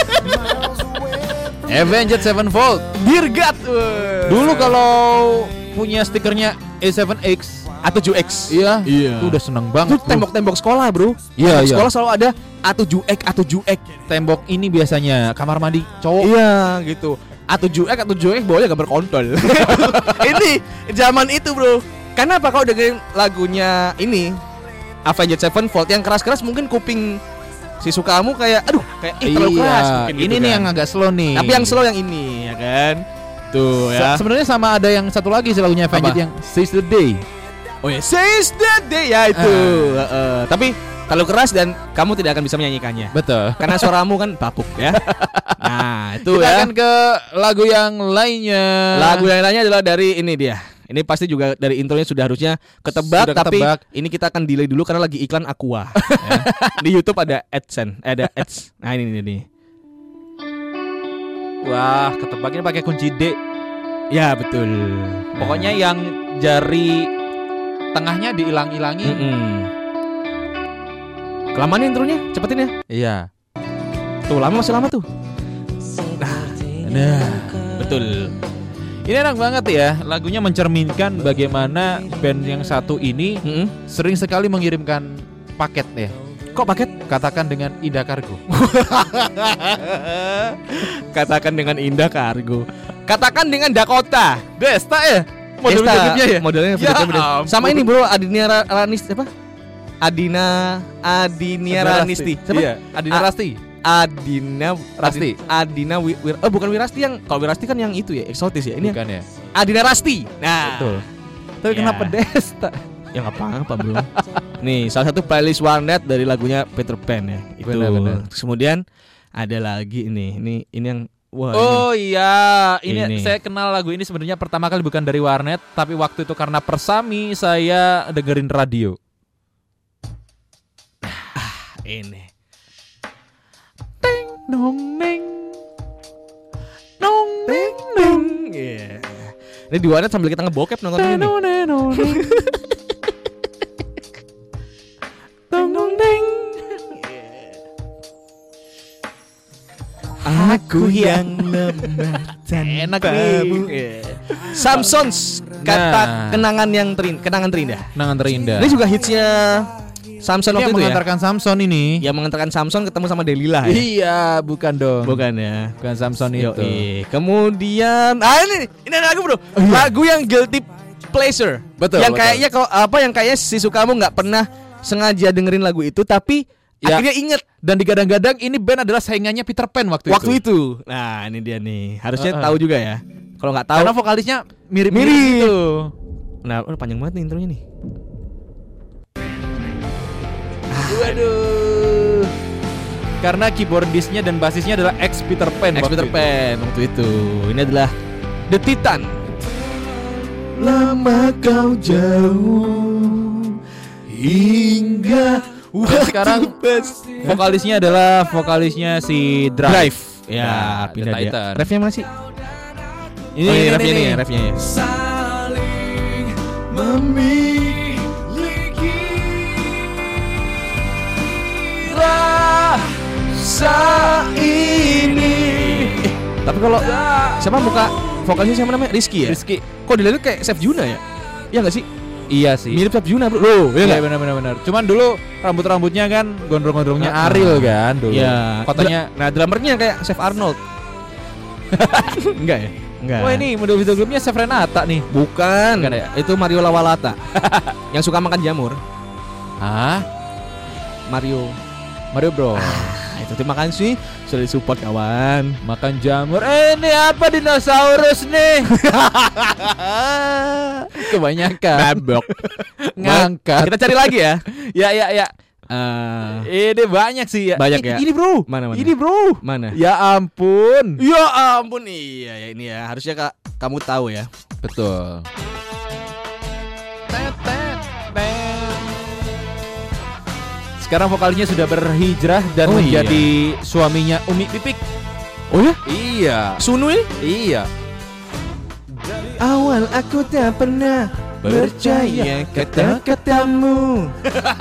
Avenged Sevenfold. Dear God. Dulu kalau punya stikernya A seven X, A tujuh X. iya, Iya. itu udah seneng Itu banget. bro. tembok-tembok sekolah, Bro. Iya, Tembok iya. sekolah selalu ada A tujuh X, A tujuh X. Tembok ini biasanya kamar mandi cowok. Iya, gitu. A tujuh X, A tujuh X bawahnya gambar kontol. Ini zaman itu, Bro. Karena apa kau dengerin lagunya ini Avenged Sevenfold yang keras-keras mungkin kuping si sukamu kayak aduh kayak ih terlalu keras mungkin ini gitu nih kan. yang agak slow nih. Tapi yang slow yang ini ya kan. Tuh ya. Se- Sebenarnya sama ada yang satu lagi sih lagunya Avenged Apa? yang Seize the Day. Oh ya, seize the day ya itu. Heeh. Tapi kalau keras dan kamu tidak akan bisa menyanyikannya. Betul. Karena suaramu kan bapuk ya. Nah, itu Kita ya. akan ke lagu yang lainnya. Lagu yang lainnya adalah dari ini dia. Ini pasti juga dari intronya sudah harusnya ketebak, Sudah tapi ketebak. ini kita akan delay dulu karena lagi iklan Aqua. Ya. Di YouTube ada AdSense, eh, ada ads. Nah ini ini nih. Wah, ketebaknya pakai kunci D. Ya betul. Pokoknya yang jari tengahnya diilang-ilangi. Mm-mm. Kelamaan intronya, cepetin ya. Iya. Tuh lama masih lama tuh. Nah, Betul. ini enak banget ya. Lagunya mencerminkan bagaimana band yang satu ini Mm-mm. sering sekali mengirimkan paket ya. Kok paket? Katakan dengan Indah Kargo. Katakan dengan Indah Kargo. Katakan dengan Dakota. Desta ya. Model Desta, videonya ya. Modelnya Ya video-video. ampun. Sama ini bro, Adinia Ra- Ranis apa? Adina Adinia Ranisti. Siapa? Iya, Adina A- Rasti. Adina Rasti. Adina Wi- Wir, oh bukan Wirasti yang kalau Wirasti kan yang itu ya eksotis ya. Ini yang Bukan ya. Adina Rasti. Nah, Betul. Tapi Ya. kenapa Desta? ya nggak apa-apa bro. Nih salah satu playlist warnet dari lagunya Peter Pan ya. Itu. Benar-benar. Terus kemudian ada lagi ini, ini ini yang wah. Oh iya, ini, Ini. saya kenal lagu ini sebenarnya pertama kali bukan dari warnet, tapi waktu itu karena Persami saya dengerin radio. Ini. ini. Teng nong neng. Nong neng Ding. Iya. Ini di warnet sambil kita ngebokep nonton ini. neno neno neng. Tong dong ding. Aku yang lemah Enak tanpamu. nih. Samsons kata Nah. kenangan yang terin, kenangan terindah. Kenangan terindah. Ini juga hitsnya Samson Ini waktu yang itu ya. mengantarkan Samson ini. Yang mengantarkan Samson ketemu sama Delila ya. Iya, bukan dong. Bukan ya. Bukan Samson itu. Yoi. Kemudian ah ini ini ada lagu bro. Lagu yang guilty pleasure. Betul, Yang betul. kayaknya kalau apa yang kayaknya si Sukamu nggak pernah sengaja dengerin lagu itu tapi Ya. akhirnya inget Dan digadang-gadang ini band adalah saingannya Peter Pan waktu, waktu itu. itu. Nah ini dia nih. Harusnya Uh-uh. tahu juga ya. Kalau nggak tahu. Karena vokalisnya mirip-mirip Mirip. gitu. Nah udah panjang banget nih intronya nih. Waduh. Karena keyboardisnya dan basisnya adalah ex Peter Pan. Ex waktu Peter itu. Pan waktu itu. Ini adalah The Titan. Lama kau jauh hingga Dan sekarang vokalisnya adalah vokalisnya si Drive. Drive. Ya, Nah, pindah The dia. Titan. Refnya mana sih? Ini, oh, ini, iya, refnya ini, nih, refnya ya. Saling memiliki Rasa ini. Eh, tapi kalau siapa muka vokalisnya siapa namanya? Rizky ya? Rizky. Kok dilihat kayak Chef Juna ya? Iya enggak sih? Iya sih. Mirip Chef Juna, Bro. Loh, Iya iya enggak? benar-benar benar. Cuman dulu rambut-rambutnya kan gondrong-gondrongnya Uh-uh. Ariel kan dulu. Iya. Kotanya. Nah, drummernya kayak Chef Arnold. Enggak ya? Enggak. Wah ini model video klipnya Chef Renata nih. Bukan. Bukan ya? Itu Mario Lawalata. Yang suka makan jamur. Hah? Mario. Mario Bro. Ah, itu terima kasih sudah disupport kawan. Makan jamur. Eh ini apa dinosaurus nih? Kebanyakan. Babok. Ngangkat. Kita cari lagi ya. Ya ya ya. Eh, Ini banyak sih ya. Banyak ini, ya? Ini bro. Mana, mana? Ini bro. mana? Ya ampun. Ya ampun, iya ya ini ya. Harusnya Kak kamu tahu ya. Betul. Sekarang vokalnya sudah berhijrah dan Oh, menjadi suaminya Umi Pipik. Oh ya? Iya. Sunu ini? Iya. Awal aku tak pernah percaya kata-katamu.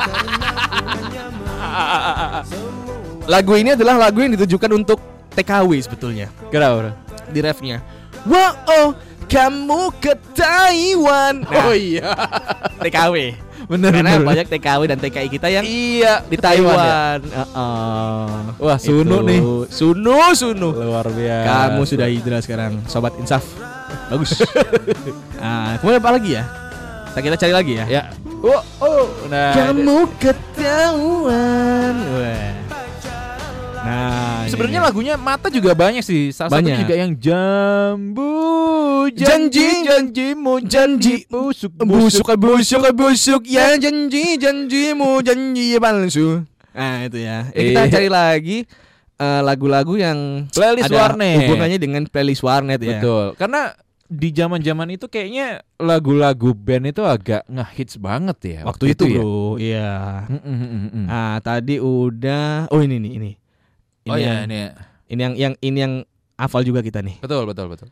Lagu ini adalah lagu yang ditujukan untuk T K W sebetulnya. Kenapa? Di refnya. Wow, oh, kamu ke Taiwan. Nah, Oh iya. T K W. Bener Karena bener. banyak T K W dan T K I kita yang Iya di Taiwan ya? Taiwan. Heeh. Wah, Sunu nih. Sunu, Sunu. Luar biasa. Kamu sudah hijrah sekarang, sobat Insaf. Bagus. Ah, kemudian apa lagi ya? Kita kita cari lagi ya. Ya. Oh, oh. Nah. Kamu ketahuan. Wah. Nah, ini Sebenarnya dia. lagunya Mata juga banyak sih. Salah satunya Banyak. juga yang jambu Janji, janjimu janji busuk busuk busuk busuk ya janji janjimu janji palsu. Nah, itu ya. Eh, kita Iya. cari lagi eh, lagu-lagu yang Playlist ada warnet. hubungannya dengan playlist warnet ya. Betul. Karena di zaman-zaman itu kayaknya lagu-lagu band itu agak ngehits banget ya. Waktu itu, ya. Bro. Iya. Mm, mm, mm, mm. Ah, tadi udah. Oh, ini nih, ini. Oh Ini ya yang, ini. ya. ini yang yang ini yang hafal juga kita nih. Betul betul betul.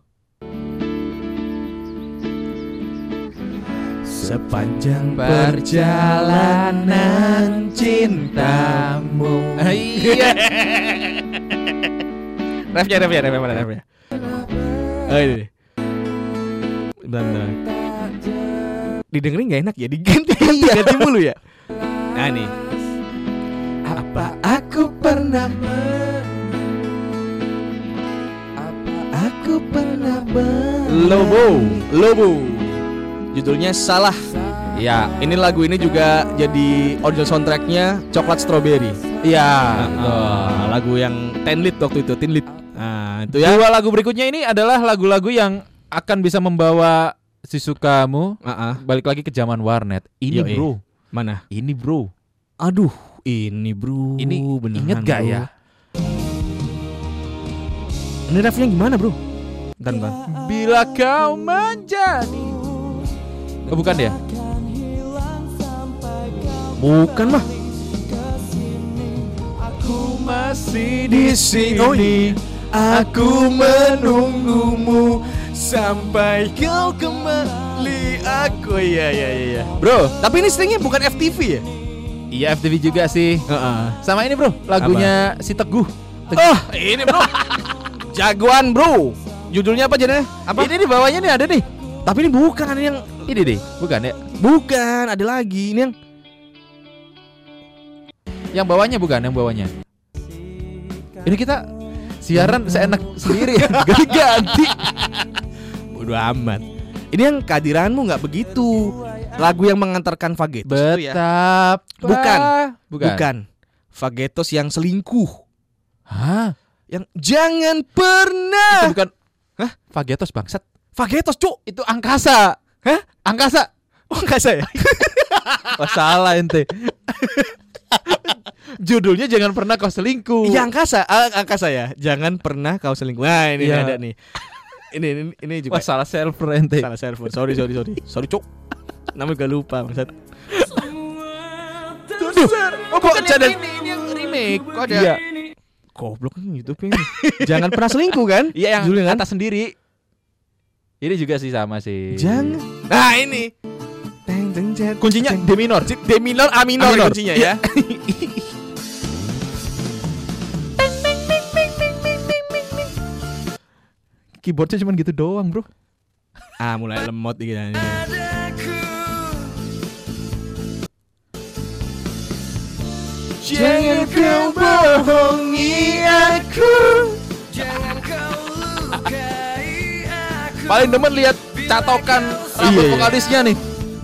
Sepanjang perjalanan cintamu. Ah, iya. refnya, refnya, refnya mana refnya? Oh ini. Bentar, bentar. Didengerin nggak enak ya? Diganti, ganti, ganti mulu ya. Nah nih. Apa aku pernah Apa aku pernah Lobo. Lobo. Judulnya Salah. Ya. Ini lagu ini juga jadi audio soundtracknya Coklat Strawberry. Iya. Ah, lagu yang ten lit waktu itu, ten lit. Nah, itu ya. Dua lagu berikutnya ini adalah lagu-lagu yang akan bisa membawa si Sukamu Ah, ah. balik lagi ke zaman warnet. Ini Yoi. bro. Mana? Ini bro. Aduh, ini bro. Ini beneran, inget gak bro. ya? Ini refnya gimana, bro? Bentar, bentar. Bila kau menjadi. Oh, bukan ya? Bukan mah. Aku masih Di sini. Oh, iya. Aku menunggumu sampai kau kembali. Aku iya iya iya. Bro, Tapi ini stringnya bukan F T V ya? iya F T V juga sih. Heeh. Sama ini bro, lagunya si Teguh. Oh, ini bro. Jagoan bro. Judulnya apa jadinya? Apa? Ini di bawahnya nih ada nih. Tapi ini bukan ada yang Ini deh, bukan ya? bukan, ada lagi. Ini yang Yang bawahnya bukan, yang bawahnya. Ini kita siaran seenak sendiri ya, ganti-ganti. bodo amat. Ini yang kehadiranmu nggak begitu. Lagu yang mengantarkan Fagetos itu ya. Betapa. Bukan. Bukan. Bukan. Fagetos yang selingkuh. Hah? Yang jangan pernah. Itu bukan. Hah? Fagetos bangsat. Fagetos, Cuk. Itu angkasa. Hah? Angkasa. Oh, enggak saya. Oh, salah ente. Judulnya jangan pernah kau selingkuh. Iya, angkasa, ah, angkasa ya. Jangan pernah kau selingkuh. Nah, ini Iya. ada nih. Ini ini, ini juga Wah, salah server ente. salah server. Sorry, sorry, sorry. Sorry, Cuk. Namanya gak lupa, maksud. Oh, kok ini, jadi ini, ini yang remake. Kok ada? Iya. Goblok kan YouTube ini. Jangan pernah selingkuh kan? Iya, yang Judulnya kan? atas sendiri. Ini juga sih sama sih. Jangan. Nah, ini. Teng, teng, jet, Kuncinya teng. D minor. D minor, A minor, A minor. kuncinya Iya. ya. Keyboardnya cuma gitu doang, bro. Ah, mulai lemot gitu. Jangan kau bohongi aku. Jangan kau lukai aku. Paling demen lihat catokan rambut Iya. vokalisnya nih.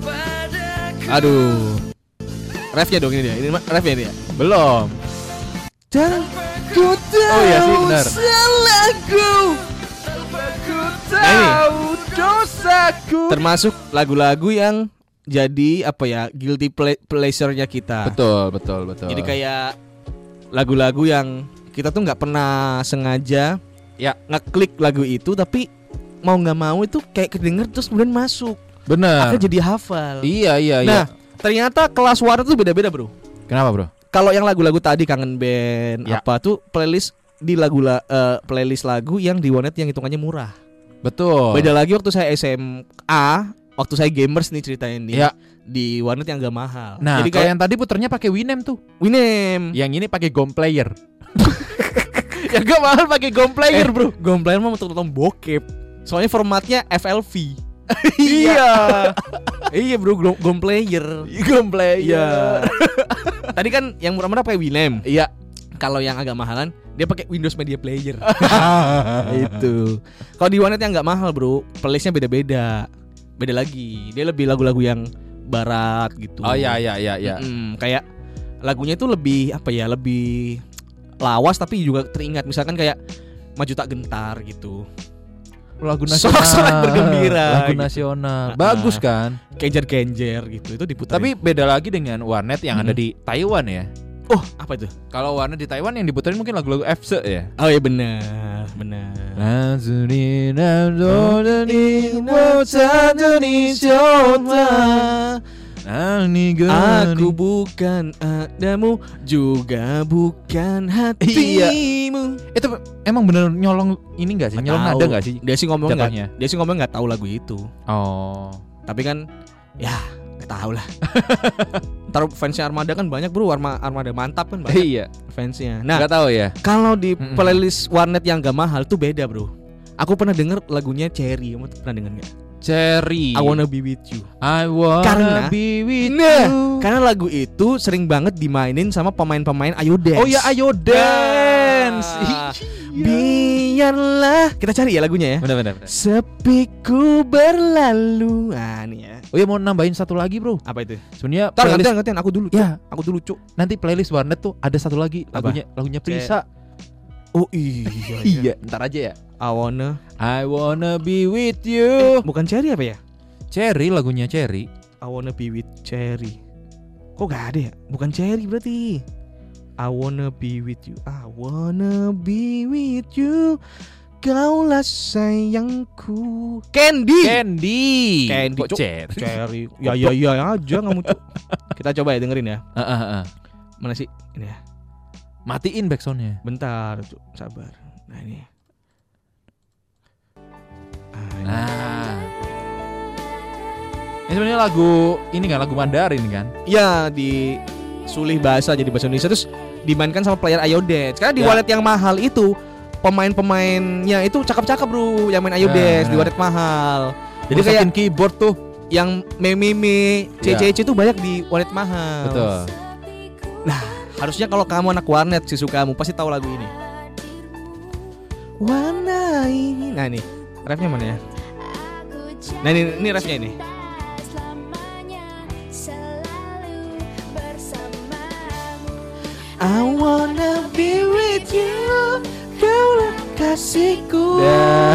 Aduh. Refnya dong ini dia. Ini ma- refnya dia. Belum. Dan ku tahu Oh iya sih, benar. salahku. Nah, ini dosaku. termasuk lagu-lagu yang jadi apa ya, guilty ple- pleasure-nya kita. Betul, betul, betul. Jadi kayak lagu-lagu yang kita tuh nggak pernah sengaja Ya. ngeklik lagu itu, tapi mau nggak mau itu kayak kedenger terus kemudian masuk. benar. Akhirnya jadi hafal. Iya, iya, iya. Nah, ternyata kelas warna tuh beda-beda, bro. Kenapa, bro? Kalau yang lagu-lagu tadi kangen band Ya. apa tuh playlist di lagu la- eh, playlist lagu yang di Warnet yang hitungannya murah. Betul. Beda lagi waktu saya S M A, waktu saya gamers nih ceritanya nih. Ya. Di Warnet yang gak mahal. Nah, jadi kalau kayak yang tadi puternya pakai Winem tuh. Winem. Yang ini pakai Gom Player. Yang gak mahal pakai Gom Player, bro. Gomplayer mah untuk nonton bokep. Soalnya formatnya F L V. Iya. Iya bro, Gom- Gomplayer. Gom Player. Iya. Tadi kan yang murah-murah pakai Winem. Iya. Kalau yang agak mahalan dia pakai Windows Media Player. Itu. Kalau di Warnet yang nggak mahal bro, playlistnya beda-beda. Beda lagi. Dia lebih lagu-lagu yang barat gitu. Oh iya, iya, iya, iya. Mm-mm, kayak lagunya itu lebih apa ya, lebih lawas tapi juga teringat. Misalkan kayak Maju Tak Gentar gitu. Lagu nasional. Sorak-sorak bergembira Lagu gitu. nasional. Ah, Bagus ah. kan? Kenjer-kenjer gitu. Itu diputar. Tapi beda lagi dengan Warnet yang ada Mm-mm. di Taiwan ya. oh, apa itu? Kalau Warnet di Taiwan yang diputerin mungkin lagu-lagu F C ya. Oh iya benar, benar. Aku bukan adamu, juga bukan hatimu. Itu emang bener nyolong ini enggak sih? Nggak Nyolong tahu. nada enggak sih? Dia sih ngomong Jatuhnya. nggak, dia sih ngomong nggak tahu lagu itu. Oh. Tapi kan, ya nggak tahu lah. Ntar fansnya Armada kan banyak bro, Arma, Armada mantap kan banyak Iya. fansnya. Nah, Enggak tahu ya. kalau di Mm-mm. playlist Warnet yang gak mahal tuh beda bro. Aku pernah denger lagunya Cherry, kamu tuh pernah denger nggak? Cherry. I Wanna Be With You. I wanna Karena- be with Nah, you. karena lagu itu sering banget dimainin sama pemain-pemain Ayo Dance. Oh ya, ayo dance. Ah, biarlah kita cari ya lagunya ya. Benar benar. Sepiku berlalu. Ah, nih ya. Oh ya, mau nambahin satu lagi, bro. Apa itu? Sebenarnya Ntar playlist gantian, gantian aku dulu. Cuk. Ya. Aku dulu, Cuk. nanti playlist Warnet tuh ada satu lagi Apa? lagunya lagunya Prisa. Oh iya. Iya, ntar aja ya. I wanna. I wanna be with you. Bukan Cherry apa ya? Cherry, lagunya Cherry. I wanna be with Cherry. Kok gak ada ya? Bukan Cherry berarti. I wanna be with you. I wanna be with you. Kaulah sayangku. Candy. Candy. Candy, Kok Cuk. Cherry? Cherry. Ya ya ya aja kamu, Cuk. Kita coba ya dengerin ya. Ah, ah, ah. Mana sih? Ini ya. Matiin backsoundnya. Bentar, Cuk. Sabar. Nah, ini. Ah, ini. Nah. Ini sebenarnya lagu ini kan lagu Mandarin kan? Ya di sulih bahasa jadi bahasa Indonesia terus dimainkan sama player Ayo Dance. Karena di Ya. wallet yang mahal itu pemain-pemainnya itu cakep-cakep bro, yang main Ayo Ya, Dance di benar. wallet mahal. Jadi Jadi kayak keyboard tuh. yang meme-meme C C C itu banyak di wallet mahal. Betul. Nah, harusnya kalau kamu anak warnet sih sukamu pasti tahu lagu ini. Warna ini. Nah nih, rapnya mana ya? Nah ini, ini rapnya ini. I wanna be with you, kaulah kasihku.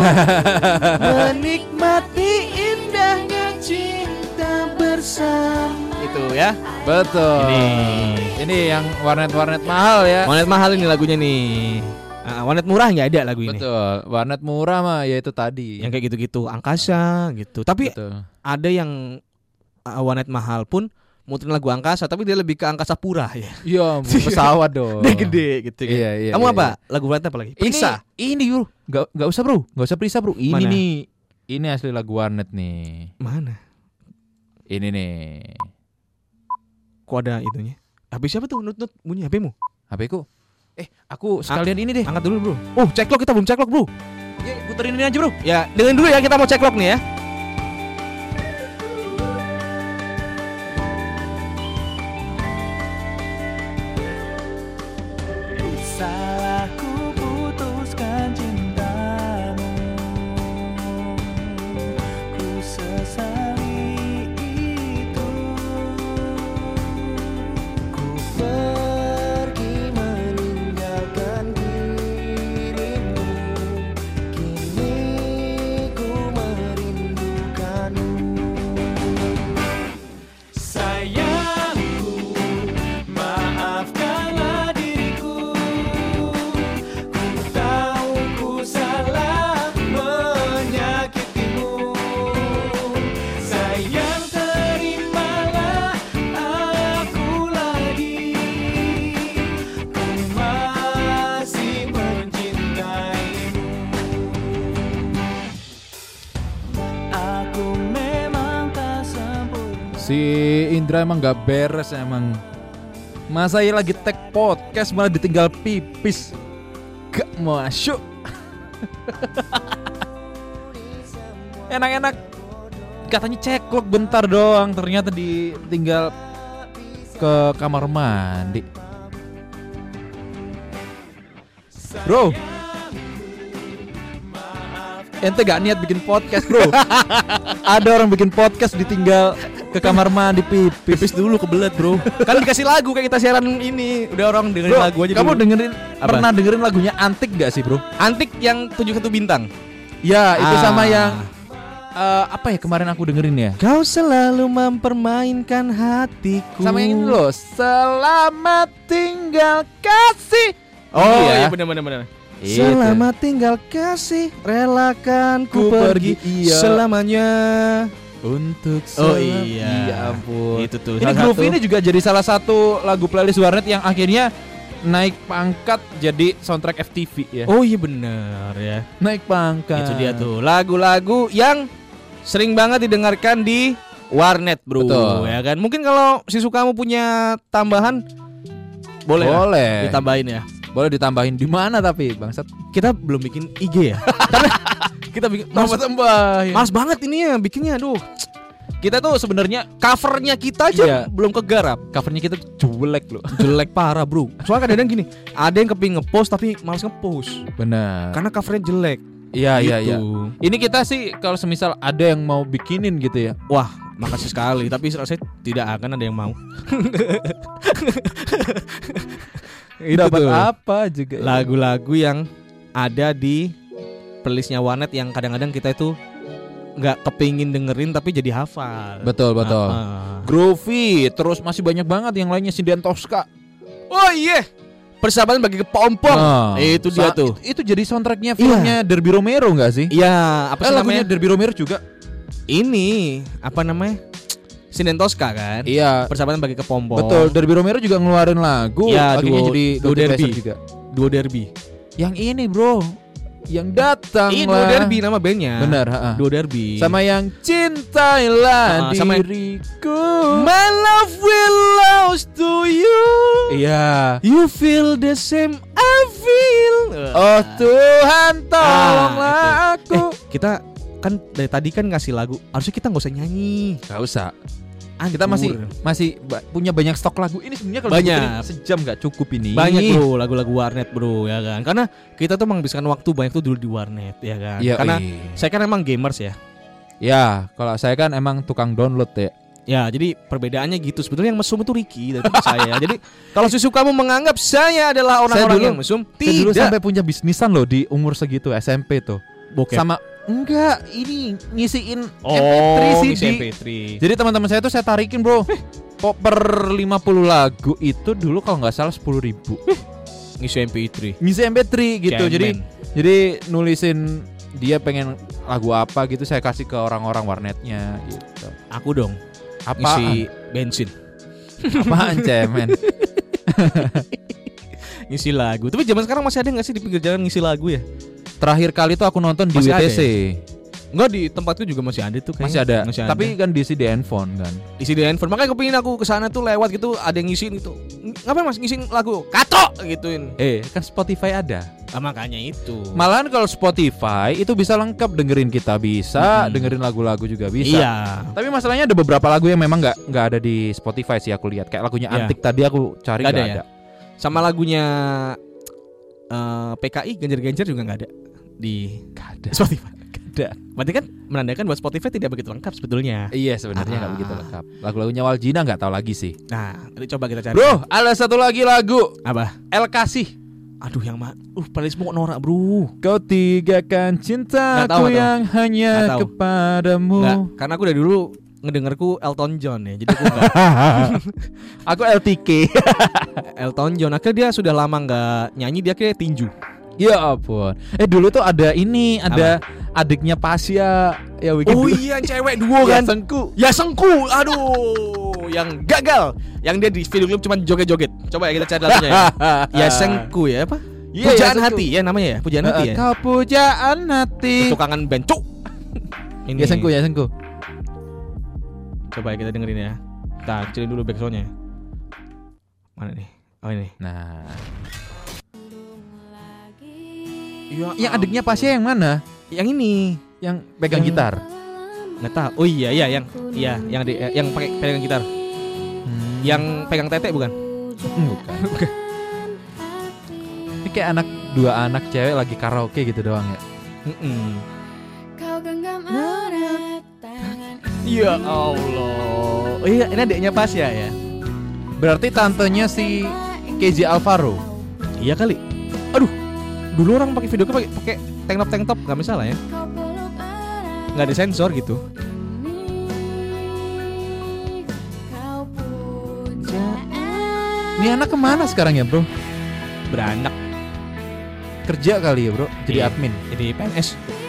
Menikmati indahnya cinta bersama. Itu ya. Betul. Ini. Ini yang warnet-warnet mahal ya. Warnet mahal ini lagunya nih. Ah, warnet murah nggak ada lagu ini. Betul. Warnet murah mah ya itu tadi. Yang kayak gitu-gitu, angkasa gitu. Tapi Betul. ada yang uh, warnet mahal pun muterin lagu angkasa, tapi dia lebih ke angkasa pura ya. Iya, pesawat dong. Dia gede gitu kan. Iya, iya, Kamu iya, apa? Lagu warnet apa lagi? Prisa. Ini, ini bro, nggak nggak usah bro, nggak usah Prisa bro. Ini Mana? nih, ini asli lagu warnet nih. Mana? Ini nih. Kok ada itunya? H P siapa tuh? Nut-nut bunyi H P-mu? H P ku. Eh, aku sekalian ini deh. Angkat dulu, Bro. Oh, cek log kita belum cek log, Bro. Ya, puterin ini aja bro. Ya, dengerin dulu ya, kita mau cek log nih ya. Salahku putuskan cintamu, ku sesali itu. Ku pergi meninggalkan dirimu, kini ku merindukanmu. Sayangku, maafkanlah diriku. Ku tahu ku salah menyakitimu. Sayang, terimalah aku lagi. Ku masih mencintaimu. Aku memang tak sempurna. Si Indra emang gak beres emang. Masa ya lagi tag podcast malah ditinggal pipis. Gak masuk. Enak-enak. Katanya ceklok bentar doang, ternyata ditinggal ke kamar mandi. Bro, ente gak niat bikin podcast bro. Ada orang bikin podcast ditinggal ke kamar mandi pipis. Pipis dulu kebelet, Bro. Kan dikasih lagu kayak kita siaran ini. Udah orang dengerin Bro, lagu aja kamu dulu. dengerin Apa? pernah dengerin lagunya Antik gak sih bro? Antik yang tujuh satu bintang. Ya itu Ah. sama yang eh, apa ya kemarin aku dengerin ya? Kau selalu mempermainkan hatiku. Sama yang ini loh. Selamat tinggal kasih. Oh Iya. iya benar benar benar. Itu. Selamat tinggal kasih, relakan ku, Ku pergi, pergi, iya. selamanya. Untuk Oh selam- iya. Iya ampun. Itu tuh. Ini salah Groove satu. ini juga jadi salah satu lagu playlist warnet yang akhirnya naik pangkat jadi soundtrack F T V ya. Oh iya benar ya. Naik pangkat. Itu dia tuh lagu-lagu yang sering banget didengarkan di warnet, Bro. Betul. Ya kan? Mungkin kalau si kamu punya tambahan boleh lah Boleh. ditambahin ya. Boleh ditambahin di mana tapi bangsat. Kita belum bikin I G ya. Karena kita bikin males, tambahin. males banget ini ya bikinnya, aduh. Kita tuh sebenarnya covernya kita aja Iya. belum kegarap. Covernya kita jelek loh. Jelek parah, Bro. Soalnya kadang-kadang gini, ada yang kepingin ngepost tapi males ngepost Benar. karena covernya jelek. Iya iya iya. Gitu. Ini kita sih kalau semisal ada yang mau bikinin gitu ya. Wah, makasih sekali, tapi saya tidak akan ada yang mau. Itu Dapat tuh. apa juga. ya. Lagu-lagu yang ada di playlistnya warnet yang kadang-kadang kita itu nggak kepingin dengerin tapi jadi hafal. Betul betul. Ah. Groovy, terus masih banyak banget yang lainnya Sinden Tosca. Oh iya, persahabatan bagi kepompong. Nah, itu dia sa- tuh. Itu, itu jadi soundtracknya filmnya Derby Romero nggak sih? Iya, apa Eh sih lagunya namanya? Derby Romero juga. Ini apa namanya? Sinden Tosca kan? Iya. Persahabatan bagi kepompong. Betul, Derby Romero juga ngeluarin lagu. Iya, akhirnya duo- jadi duo Guilty derby. Pleasure juga. Duo Derby. Yang ini bro, yang datang Iya, Duo lah. Derby nama bandnya. Benar, ha-ha. Duo Derby. Sama yang cintailah Ah, sama yang- diriku. My love will lost to you. Iya Iya. You feel the same I feel. Oh Tuhan, tolonglah Ah, itu. aku. Eh, kita kan dari tadi kan ngasih lagu. Harusnya kita nggak usah nyanyi. Gak usah. Anggur. Kita masih masih ba- punya banyak stok lagu. Ini sebenarnya kalau Banyak. diputerin sejam gak cukup ini. banyak bro lagu-lagu warnet bro ya kan. Karena kita tuh menghabiskan waktu banyak tuh dulu di warnet ya kan. Iya, Karena iya. saya kan emang gamers ya. Ya, kalau saya kan emang tukang download ya. Ya, jadi perbedaannya gitu. Sebetulnya yang mesum itu Ricky dan saya. Jadi kalau susu kamu menganggap saya adalah orang-orang dulu- yang mesum, Saya dulu tidak. sampai punya bisnisan loh di umur segitu S M P tuh. Bokep. Sama enggak, ini ngisiin M P Oh, tiga sih ngisi di. M P tiga. Jadi teman-teman saya tuh saya tarikin, Bro. Po per lima puluh lagu itu dulu kalau nggak salah sepuluh ribu. Ngisi M P tiga. Ngisi M P tiga gitu. Cemen. Jadi jadi nulisin dia pengen lagu apa gitu, saya kasih ke orang-orang warnetnya gitu. Aku dong Apaan? ngisi bensin, Apaan cemen? ngisi lagu. Tapi zaman sekarang masih ada nggak sih di pinggir jalan ngisi lagu ya? Terakhir kali tuh aku nonton di Masih W T ada C. Enggak, di tempatku juga masih ada tuh kayaknya. Masih ada. Masih Tapi kan diisi di handphone kan. isi di handphone. Makanya aku pengen aku kesana tuh lewat gitu, ada yang ngisiin itu. Ngapain Mas ngisiin lagu? Kato gituin. Eh, kan Spotify ada. Ah, makanya itu. Malahan kalau Spotify itu bisa lengkap, dengerin kita bisa, Hmm. dengerin lagu-lagu juga bisa. Iya. Tapi masalahnya ada beberapa lagu yang memang nggak nggak ada di Spotify sih aku lihat. Kayak lagunya Iya. Antik tadi aku cari Nggak nggak ada ada. ya? Sama lagunya eh, P K I Genjer-Genjer juga nggak ada di Nggak ada. Spotify. Ada. Berarti kan menandakan bahwa Spotify tidak begitu lengkap sebetulnya. Iya sebenarnya nggak Ah. begitu lengkap. Lagu-lagunya Waljina nggak tahu lagi sih. Nah, nanti coba kita cari. Bro, ada satu lagi lagu Apa? El Kasih. Aduh, yang mana? Uh, paling semua norak, Bro. Kau tinggalkan Nggak tahu, cintaku nggak tahu. yang hanya Nggak tahu. kepadamu. Enggak, karena aku dari dulu ngedengerku Elton John ya. Jadi aku enggak Aku L T K. Elton John. Akhirnya dia sudah lama nggak nyanyi, dia akhirnya tinju. Ya ampun. Eh dulu tuh ada ini, ada adiknya Pasya ya bikin Oh dulu. iya, cewek duo Ya, kan. Sengku. Ya Sengku, aduh, yang gagal, yang dia di video klip cuma joget-joget. Coba ya kita cari lagunya ya. Ya Sengku ya apa? Iya, Pujaan Ya Sengku. hati ya namanya ya, pujaan hati ya. Kau pujaan hati. Ketukangan band, cuk. Ini. Ya Sengku, ya Sengku. Coba ya kita dengerin ya. Kita kecilin dulu backsoundnya. Mana nih? Oh ini. Nah, Ya, yang adiknya Pasya yang mana? yang ini. Yang pegang Yang- gitar. Nggak tahu. Oh iya iya yang iya yang di, eh, yang pakai pegang gitar. Hmm. Yang pegang tete bukan? Bukan. Ini kayak anak dua anak cewek lagi karaoke gitu doang ya. Mm-mm. Kau genggam erat tangan. Ya Allah. Oh iya, ini adiknya Pasya ya. Berarti tantenya si K J Alvaro. Iya kali. Aduh. Dulu orang pakai video pakai pakai tank top tank top enggak masalah ya. Kau peluk erat Enggak ada sensor gitu. ini. Kau pujaan. Ini anak kemana sekarang ya bro? Beranak Kerja kali ya bro? Jadi Iya. admin. jadi P N S.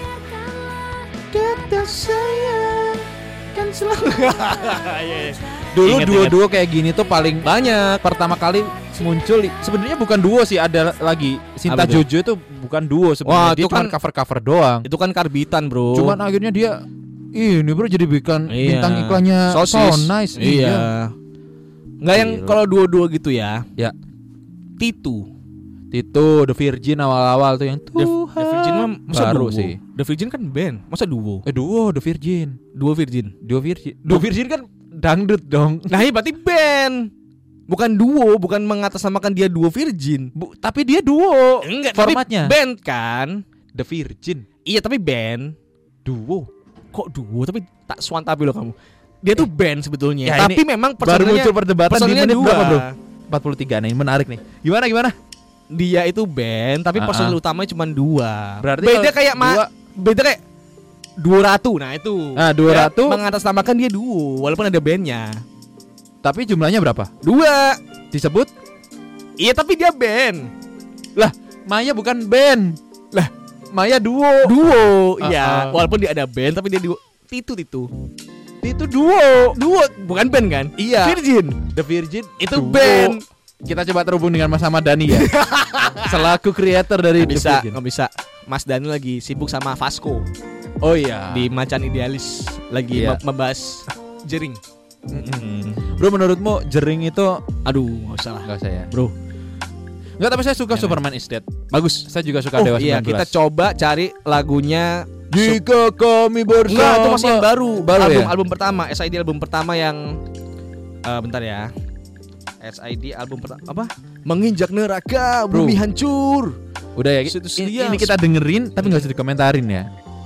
Kata sayang kan selalu. Dulu Ingat, duo-duo kayak gini tuh paling Banyak. pertama kali muncul. Sebenarnya bukan duo sih, ada lagi Sinta Apa tuh? Jojo itu bukan duo Wah, sebenarnya. Dia itu cuma kan- cover-cover doang. Itu kan karbitan, Bro. Cuman akhirnya dia ini bro jadi bikin Iya. bintang iklannya Sosis. So Nice. Iya. Enggak yang Gila. kalau dua-dua gitu ya. Ya. Titu. Itu The Virgin awal-awal tuh yang The, Tuhan. The Virgin mah masa baru duo? sih. The Virgin kan band, masa duo? Eh duo The Virgin. Duo Virgin. Duo Virgin. Duo Virgin kan dangdut dong. Nah, iya berarti band. Bukan duo, bukan mengatasnamakan dia duo Virgin. Bu, tapi dia duo. Enggak, Formatnya. tapi band kan? The Virgin. Iya, tapi band. Duo. Kok duo? Tapi tak swantabi loh kamu. Dia tuh band sebetulnya. ya tapi ini memang Baru personilnya muncul perdebatan di personilnya menit dua. berapa bro? empat puluh tiga nih, menarik nih. Gimana gimana? Dia itu band, tapi Ah, personil ah. utamanya cuma dua. Berarti beda kalau kayak ma- dua- beda kayak Duo Ratu. Nah, itu. Nah, Duo Dia Ratu. mengatasnamakan dia duo walaupun ada bandnya. Tapi jumlahnya berapa? Dua. Disebut? Iya, tapi dia band. Lah, Maya bukan band. Lah, Maya duo. Duo. Ah, Iya, ah. walaupun dia ada band tapi dia duo. Titu Titu. Itu duo. Duo bukan band kan? Iya. Virgin. The Virgin Itu duo. band. Kita coba terhubung dengan Mas Ahmad Dhani ya. Selaku kreator dari Nggak The bisa, Virgin. nggak bisa. Mas Dani lagi sibuk sama Vasco Oh iya. di Macan Idealis, lagi Iya. me- membahas jering. Mm-mm. Bro, menurutmu Jering itu Aduh, nggak usah lah. enggak usah ya? Bro. Enggak, tapi saya suka Jangan. Superman is Dead. Bagus. Saya juga suka Oh Dewa iya, sembilan belas. kita coba cari lagunya. Jika kami bersama. Enggak, itu masih yang baru. Baru album ya? album pertama, S I D album pertama yang eh, bentar ya. S I D album pertama apa? Menginjak neraka, Bro. bumi hancur. Udah ya, Situ ini, sedia. ini kita dengerin tapi enggak usah dikomentarin ya.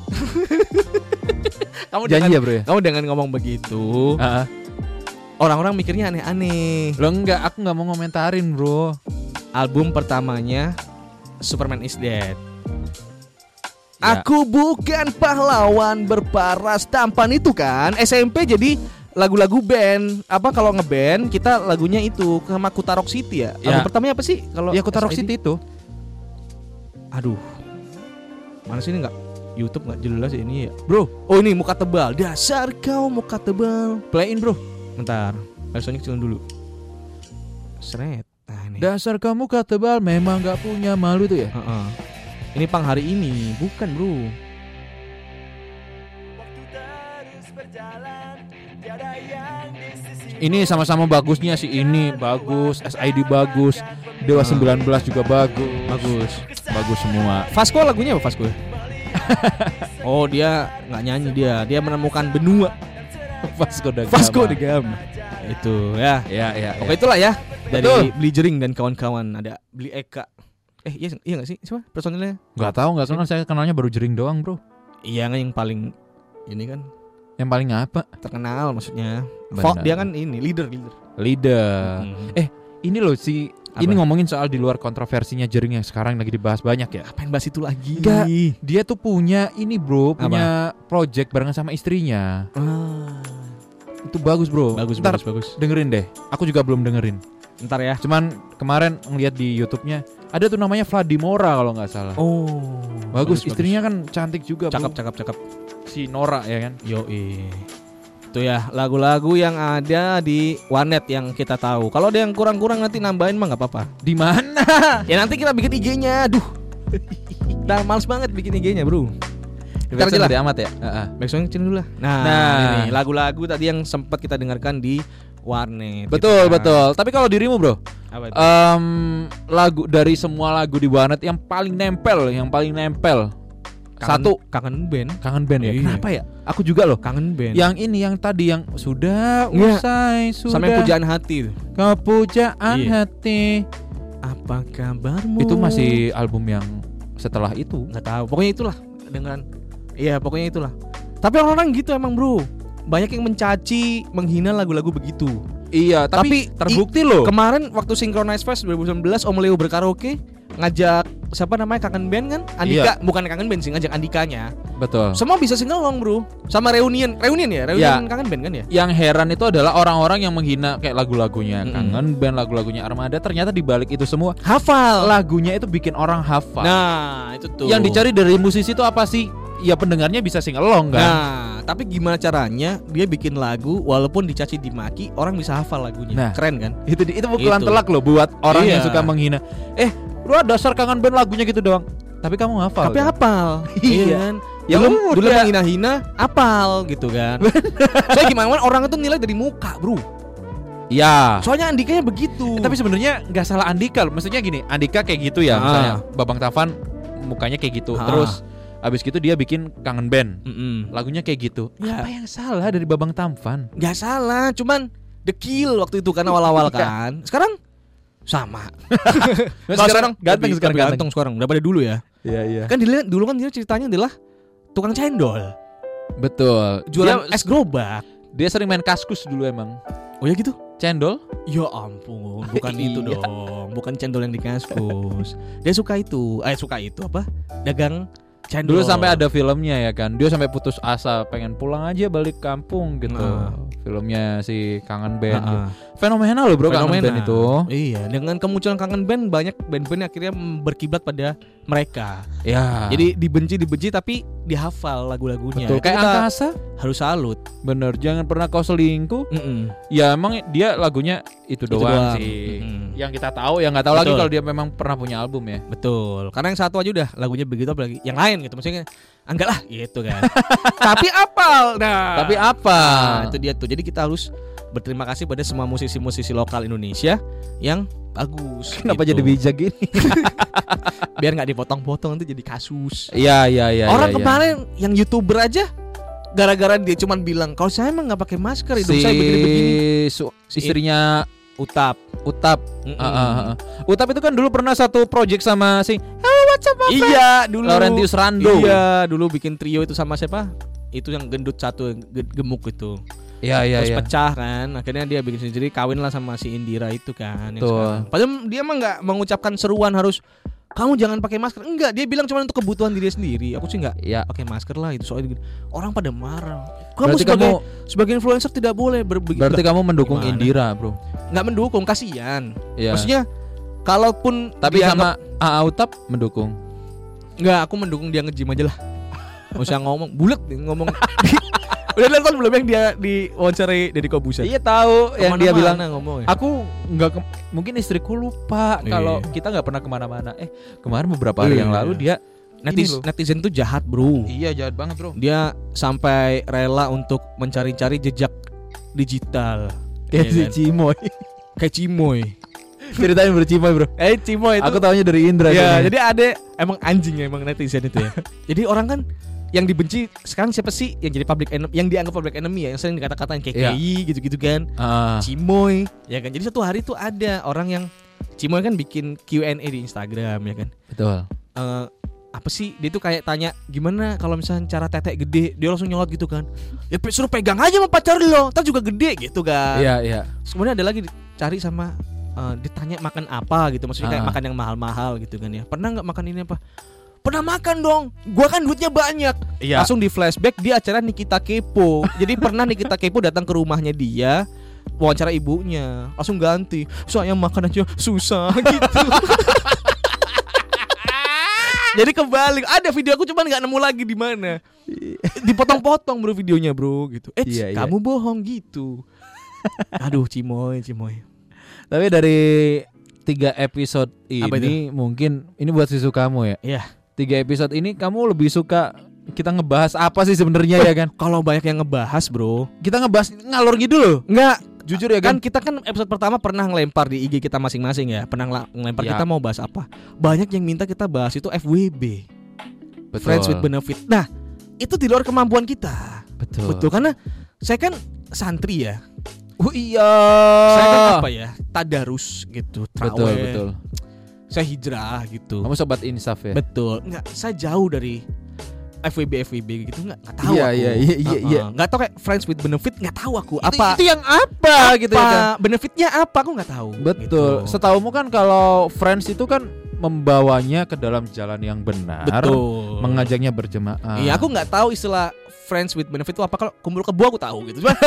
Kamu Janji dengan, ya, Bro ya? kamu dengan ngomong begitu, Heeh. orang-orang mikirnya aneh-aneh. Lo enggak, aku enggak mau ngomentarin, Bro. Album pertamanya Superman is Dead. Ya. Aku bukan pahlawan berparas tampan itu kan. S M P jadi lagu-lagu band. Apa kalau ngeband kita lagunya itu sama Kuta Rock City ya. Ya. Album pertamanya apa sih? Kalau Ya Kuta Rock S I D? City itu. Aduh. Mana sih ini enggak? YouTube enggak jelas ini ya. Bro, oh ini muka tebal. Dasar kau muka tebal. Playin, Bro. Bentar. Versinya kecilin dulu. Seret. Nah, ini. Dasar kamu kata tebal memang enggak punya malu tuh ya. Heeh. Ini pang hari ini, bukan bro. Ini sama-sama bagusnya sih, ini bagus, S I D bagus, Dewa Hmm. sembilan belas juga bagus. Bagus. Bagus semua. Vasco lagunya apa Vasco? Oh dia nggak nyanyi dia, dia menemukan benua. Vasco da Gama. Vasco da Gama. Itu ya. Ya, ya. Oke ya. itulah ya. Dari Betul. Beli Jering dan kawan-kawan ada Beli Eka. Eh iya iya nggak sih siapa personilnya? Enggak tahu, enggak kenal, saya kenalnya baru Jering doang, Bro. Iya kan yang paling ini kan Yang paling apa? terkenal maksudnya. Benar. Folk dia kan ini leader leader. Leader. Hmm. Eh, ini loh si Apa? ini ngomongin soal di luar kontroversinya Jering yang sekarang lagi dibahas banyak ya. Apain bahas itu lagi? Enggak. Dia tuh punya ini, Bro, Apa? punya project barengan sama istrinya. Ah, Itu bagus, Bro. bagus Ntar bagus bagus. dengerin deh. Aku juga belum dengerin. Ntar ya. Cuman kemarin ngeliat di YouTube-nya ada tuh namanya Vladimora kalau nggak salah. Oh, bagus, istrinya kan cantik juga, cakep Bro. cakep cakep. Si Nora ya kan. Yoi. Itu ya lagu-lagu yang ada di Warnet yang kita tahu. Kalau ada yang kurang-kurang nanti nambahin mah nggak apa-apa. Di mana? Ya nanti kita bikin I G-nya. Aduh. Udah males banget bikin I G-nya, Bro. Ntar aja lah. Gede amat ya. Heeh. Backsound kecil dulu lah. Nah, Nah. ini lagu-lagu tadi yang sempat kita dengarkan di Warnet. Betul, gitu kan. betul. Tapi kalau dirimu, Bro, Apa itu? Em, lagu dari semua lagu di Warnet yang paling nempel, yang paling nempel. Kangen- Satu, kangen band. kangen band ya. Iya. Kenapa ya? Aku juga loh. Kangen band. Yang ini yang tadi yang sudah Iya. usai, sudah Sampai pujaan hati itu. kepujaan Iya. hati. Apa kabarmu? Itu masih album yang setelah itu. nggak tahu. Pokoknya itulah dengeran. Iya, pokoknya itulah. Tapi orang-orang gitu emang, Bro. Banyak yang mencaci, menghina lagu-lagu begitu. Iya, tapi, Tapi terbukti loh. Kemarin waktu Synchronize Fest dua ribu sembilan belas Om Leo berkaraoke ngajak siapa namanya Kangen Band kan? Andika, bukan Kangen Band sih, ngajak Andikanya. Betul. Semua bisa singalong, Bro. Sama reunion, reunion ya, reunion Ya. Kangen Band kan ya? Yang heran itu adalah orang-orang yang menghina kayak lagu-lagunya Mm-mm. Kangen Band, lagunya Armada. Ternyata di balik itu semua Hafal. lagunya itu bikin orang hafal. Nah, itu tuh. Yang dicari dari musisi itu apa sih? Ya pendengarnya bisa sing along kan. Nah, tapi gimana caranya dia bikin lagu walaupun dicaci dimaki, orang bisa hafal lagunya. Nah. Keren kan? Itu di- itu pukulan Itu. telak loh buat orang yang Iya. suka menghina. Eh, lu dasar Kangen Band lagunya gitu doang. Tapi kamu hafal. Tapi kan? hafal. Iya. kan? Ya dulu, udah. dulu menghina-hina, apal gitu kan. Saya gimana orang itu nilai dari muka, Bro. Iya. Soalnya Andikanya begitu. Eh, tapi sebenarnya nggak salah Andika loh. Maksudnya gini, Andika kayak gitu ya, Ah. misalnya Babang Tavan mukanya kayak gitu. Ah. Terus abis gitu dia bikin Kangen Band. Mm-mm. Lagunya kayak gitu. Ya. Apa yang salah dari Babang Tavan? Nggak salah, cuman The Kill waktu itu kan awal-awal kan. Sekarang sama. Kalau sekarang ganteng, lebih- sekarang lebih ganteng. ganteng sekarang daripada dulu ya. Iya, iya. Kan dilihat dulu kan dia ceritanya adalah tukang cendol, Betul. jualan Dia, es gerobak. dia sering main kaskus dulu emang. Oh ya gitu? Cendol? Ya ampun, bukan itu Iya. dong, bukan cendol yang di kaskus. Dia suka itu, eh suka itu apa? Dagang cendol. Dulu sampai ada filmnya ya kan. Dia sampai putus asa pengen pulang aja balik kampung gitu. Nah. Filmnya si Kangen Band. Ah, ah. Fenomenal loh bro Kangen Fenomena. Band itu. Iya, dengan kemunculan Kangen Band banyak band-band yang akhirnya berkiblat pada mereka. Ya. Jadi dibenci dibenci tapi dihafal lagu-lagunya. betul Itu kayak kita Angkasa. harus salut. Bener, jangan pernah kau selingkuh. Mm-mm. Ya emang dia lagunya itu, Itu doang, doang. sih. Mm-mm. Yang kita tahu, yang nggak tahu lagi Betul. kalau dia memang pernah punya album ya. Betul. Karena yang satu aja udah lagunya begitu apalagi yang lain gitu. Maksudnya enggak lah gitu kan. Tapi apal. Nah. Tapi apa? Nah, itu dia tuh. Jadi kita harus berterima kasih pada semua musisi-musisi lokal Indonesia yang bagus. Kenapa gitu. jadi bijak gini? Biar nggak dipotong-potong nanti jadi kasus. Iya iya iya. Orang iya, kemarin yang YouTuber aja gara-gara dia cuman bilang kalau saya emang nggak pakai masker, hidup si saya begini-begini. su- istrinya Utap. Utap. Mm-mm. Ah, ah, ah. Utap itu kan dulu pernah satu project sama si Iya dulu. Laurentius Rando. Iya dulu bikin trio itu sama siapa? Itu yang gendut satu yang ge- gemuk itu. Iya iya Terus iya. pecah kan. Akhirnya dia bikin sendiri, kawin lah sama si Indira itu kan. yang Betul. sekarang. Padahal dia mah nggak mengucapkan seruan harus kamu jangan pakai masker. Enggak, dia bilang cuma untuk kebutuhan diri sendiri. Aku sih nggak Iya. pakai masker lah itu soalnya gini. Orang pada marah. Kamu Berarti sebagai kamu sebagai influencer tidak boleh berbegi. berarti kamu mendukung gimana? Indira, Bro. Nggak mendukung, kasihan. Iya. Maksudnya kalaupun Tapi dia sama A A Utap mendukung. nggak, aku mendukung dia nge-gym aja lah. Nggak usah ngomong bulat nih, ngomong. Udah nonton belum yang dia di wawancarai Deddy Kobuser? Iya tahu yang dia bilang ngomong. aku nggak ke- mungkin istriku lupa Iya. kalau kita nggak pernah kemana-mana. Eh kemarin beberapa hari Iya. yang lalu dia Netis, ini loh. netizen tuh jahat bro. Iya jahat banget bro. Dia sampai rela untuk mencari-cari jejak digital. Kayak si Iya kan? Cimoy. Kayak Cimoy. Ceritain bro Cimoy bro. Eh Cimoy itu. Aku taunya dari Indra. Ya, kayaknya. jadi ada emang anjing ya emang netizen itu ya. Jadi orang kan yang dibenci sekarang siapa sih yang jadi public enemy, yang dianggap public enemy ya, yang sering dikata-katain kayak Iya. K I gitu-gitu kan. Ah. Cimoy, ya kan. Jadi satu hari tuh ada orang yang Cimoy kan bikin Q and A di Instagram ya kan. Betul. Eh, apa sih dia tuh kayak tanya gimana kalau misalnya cara tetek gede, dia langsung nyolot gitu kan. Ya pe- suruh pegang aja sama pacar lo, ntar juga gede gitu kan. Iya iya. Terus kemudian ada lagi dicari sama eh, ditanya makan apa gitu, maksudnya kayak Ah. makan yang mahal-mahal gitu kan ya. Pernah nggak makan ini apa? Pernah makan dong. Gua kan duitnya banyak. Iya. Langsung di flashback di acara Nikita Kepo. Jadi pernah Nikita Kepo datang ke rumahnya dia, wawancara ibunya, langsung ganti. Saya makan aja susah gitu. Jadi kebalik. Ada video aku cuman nggak nemu lagi di mana. Dipotong-potong bro videonya bro gitu. Eh Iya, iya. kamu bohong gitu. Aduh Cimoy, Cimoy. Tapi dari tiga episode Apa ini mungkin ini buat sisu kamu ya. Iya. Tiga episode ini kamu lebih suka kita ngebahas apa sih sebenarnya ya kan? Kalau banyak yang ngebahas bro. Kita ngebahas ngalor gitu loh. Enggak. Jujur ya Kan kan? kita kan episode pertama pernah ngelempar di I G kita masing-masing ya. Pernah ngela- ngelempar Ya. kita mau bahas apa. Banyak yang minta kita bahas itu F W B, Betul. Friends with Benefit. Nah itu di luar kemampuan kita. Betul. Betul, karena saya kan santri ya. Oh iya. Saya kan apa ya, tadarus gitu, Betul traweh. betul. Saya hijrah gitu. Kamu sobat insaf ya. Betul. Enggak, saya jauh dari F W B F W B gitu, enggak enggak tahu Iya, aku. iya, iya, iya, Uh-uh. iya. Enggak tahu kayak Friends with Benefit, enggak tahu aku. Itu- Apa? Itu, yang apa, gitu ya kan? Apa benefitnya apa aku nggak tahu. Betul. Gitu. Setaumu kan kalau friends itu kan membawanya ke dalam jalan yang benar. Betul. Mengajaknya berjemaah. Iya, aku nggak tahu istilah friends with benefit itu apa. Kalau kumpul kebo aku tahu gitu. Cuma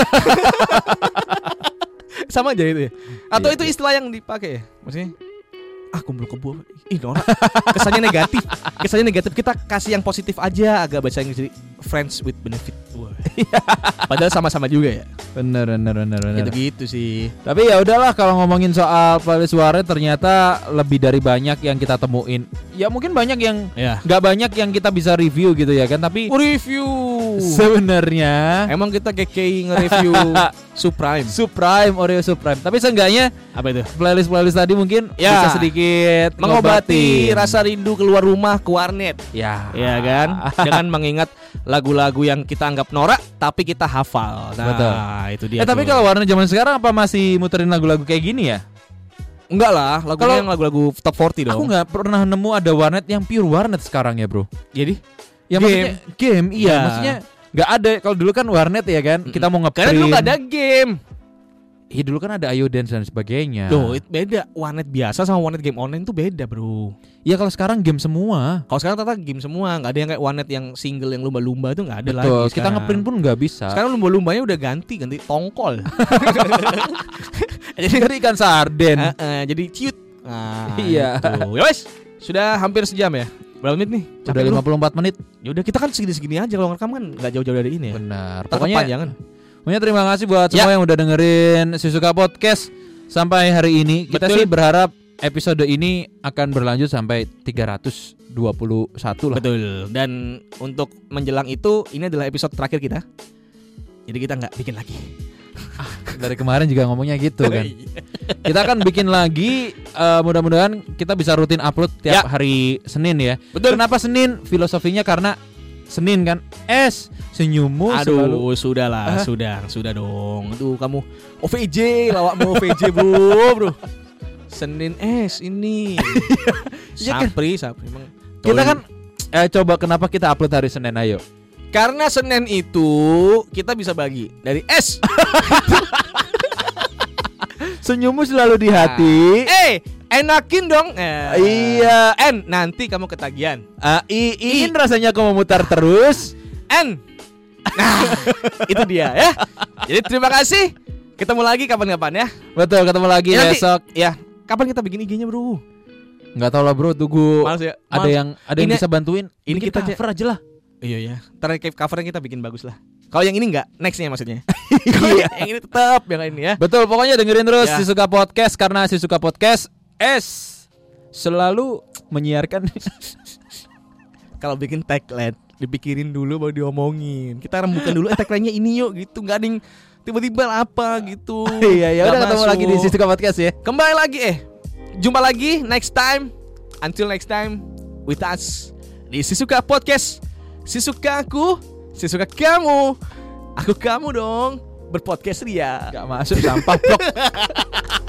sama aja itu ya. Atau Iya, itu iya. istilah yang dipakai ya? Maksudnya ah kumpul kebo. Ih, Nora. Kesannya negatif. Kesannya negatif. Kita kasih yang positif aja, agak baca yang jadi friends with benefit. Wah. Padahal sama-sama juga ya. Bener bener bener bener. Gitu-gitu sih. Tapi ya udahlah kalau ngomongin soal playlist Warnet ternyata lebih dari banyak yang kita temuin. Ya mungkin banyak yang Ya. nggak banyak yang kita bisa review gitu ya kan. Tapi Review. sebenarnya Emang kita kekei nge-review Supreme. Supreme, Oreo Supreme. Tapi seenggaknya Apa itu? playlist-playlist tadi mungkin Ya. bisa sedikit Mengobati ngobatin. rasa rindu keluar rumah ke warnet. Ya. Ya kan? Jangan mengingat lagu-lagu yang kita anggap norak tapi kita hafal. Nah, Betul. itu dia. Eh tapi tuh. kalau Warnet zaman sekarang apa masih muterin lagu-lagu kayak gini ya? enggak lah, lagunya Kalau- yang lagu-lagu top empat puluh dong. Aku nggak pernah nemu ada Warnet yang pure Warnet sekarang ya bro. Jadi Ya Game. maksudnya game iya. Ya. Maksudnya nggak ada. Kalau dulu kan Warnet ya kan kita mau ngeprint. karena dulu gak ada game. Iya dulu kan ada Ayo Dance dan sebagainya. Tuh, itu beda. Warnet biasa sama warnet game online itu beda, Bro. Iya kalau sekarang game semua. Kalau sekarang tata game semua, nggak ada yang kayak warnet yang single yang lumba-lumba itu nggak ada lagi. Betul. Kita sekarang. ngeprint pun nggak bisa. Sekarang lumba-lumbanya udah ganti, ganti tongkol. Jadi kan ikan sarden. Eh, eh, jadi ciut. Nah, Iya. itu. Ya wes, sudah hampir sejam ya. Berapa menit nih? Udah Capek, lima bro. puluh empat menit. Ya udah kita kan segini-segini aja kalau ngerekam kan nggak jauh-jauh dari ini ya. Benar. Ntar Pokoknya kepanjangan. Pokoknya terima kasih buat Ya. semua yang udah dengerin Sisuka Podcast sampai hari ini. Kita Betul. sih berharap episode ini akan berlanjut sampai tiga ratus dua puluh satu lah. Betul. Dan untuk menjelang itu ini adalah episode terakhir kita. Jadi kita nggak bikin lagi. Dari kemarin juga ngomongnya gitu kan. Iya. Kita akan bikin lagi, uh, mudah-mudahan kita bisa rutin upload tiap Ya. hari Senin ya. Betul. Kenapa Senin? Filosofinya karena Senin kan es senyummu Aduh, selalu. sudahlah, Hah? sudah, sudah dong. Aduh, kamu O V J, lawakmu O V J, bro, bro. Senin es ini. Iya kan? Sapri, Sapri emang. Kita kan eh, coba kenapa kita upload hari Senin, ayo. Karena Senin itu kita bisa bagi dari es. Senyummu selalu di hati. Eh, enakin dong. Eh, Iya. N, nanti kamu ketagihan. Ah, i, ingin rasanya kau memutar terus. N. Nah, itu dia ya. Jadi terima kasih. Ketemu lagi kapan-kapan ya. Betul, ketemu lagi Ya, nanti- besok. Ya, kapan kita bikin I G-nya, bro? Nggak tahu lah bro, tunggu. Males ya. Ada Males. yang ada yang Ini- bisa bantuin. ini Bikin kita aja- cover aja lah. Iya ya. Ntar kayak covernya kita bikin bagus lah. Kalau yang ini enggak, nextnya maksudnya. Kalau yang ini tetap yang ini ya. Betul, pokoknya dengerin terus Ya. Si Suka Podcast, karena Si Suka Podcast S selalu menyiarkan. Kalau bikin tagline dipikirin dulu baru diomongin. Kita rembukan dulu eh tagline-nya ini yuk gitu. Enggak ada yang tiba-tiba apa gitu. Iya, ya udah Nggak ketemu masuk. lagi di Si Suka Podcast ya. Kembali lagi eh. Jumpa lagi next time. Until next time with us di Si Suka Podcast. Si suka aku, si suka kamu. Aku kamu dong. Berpodcast ria. Gak masuk sampah blok.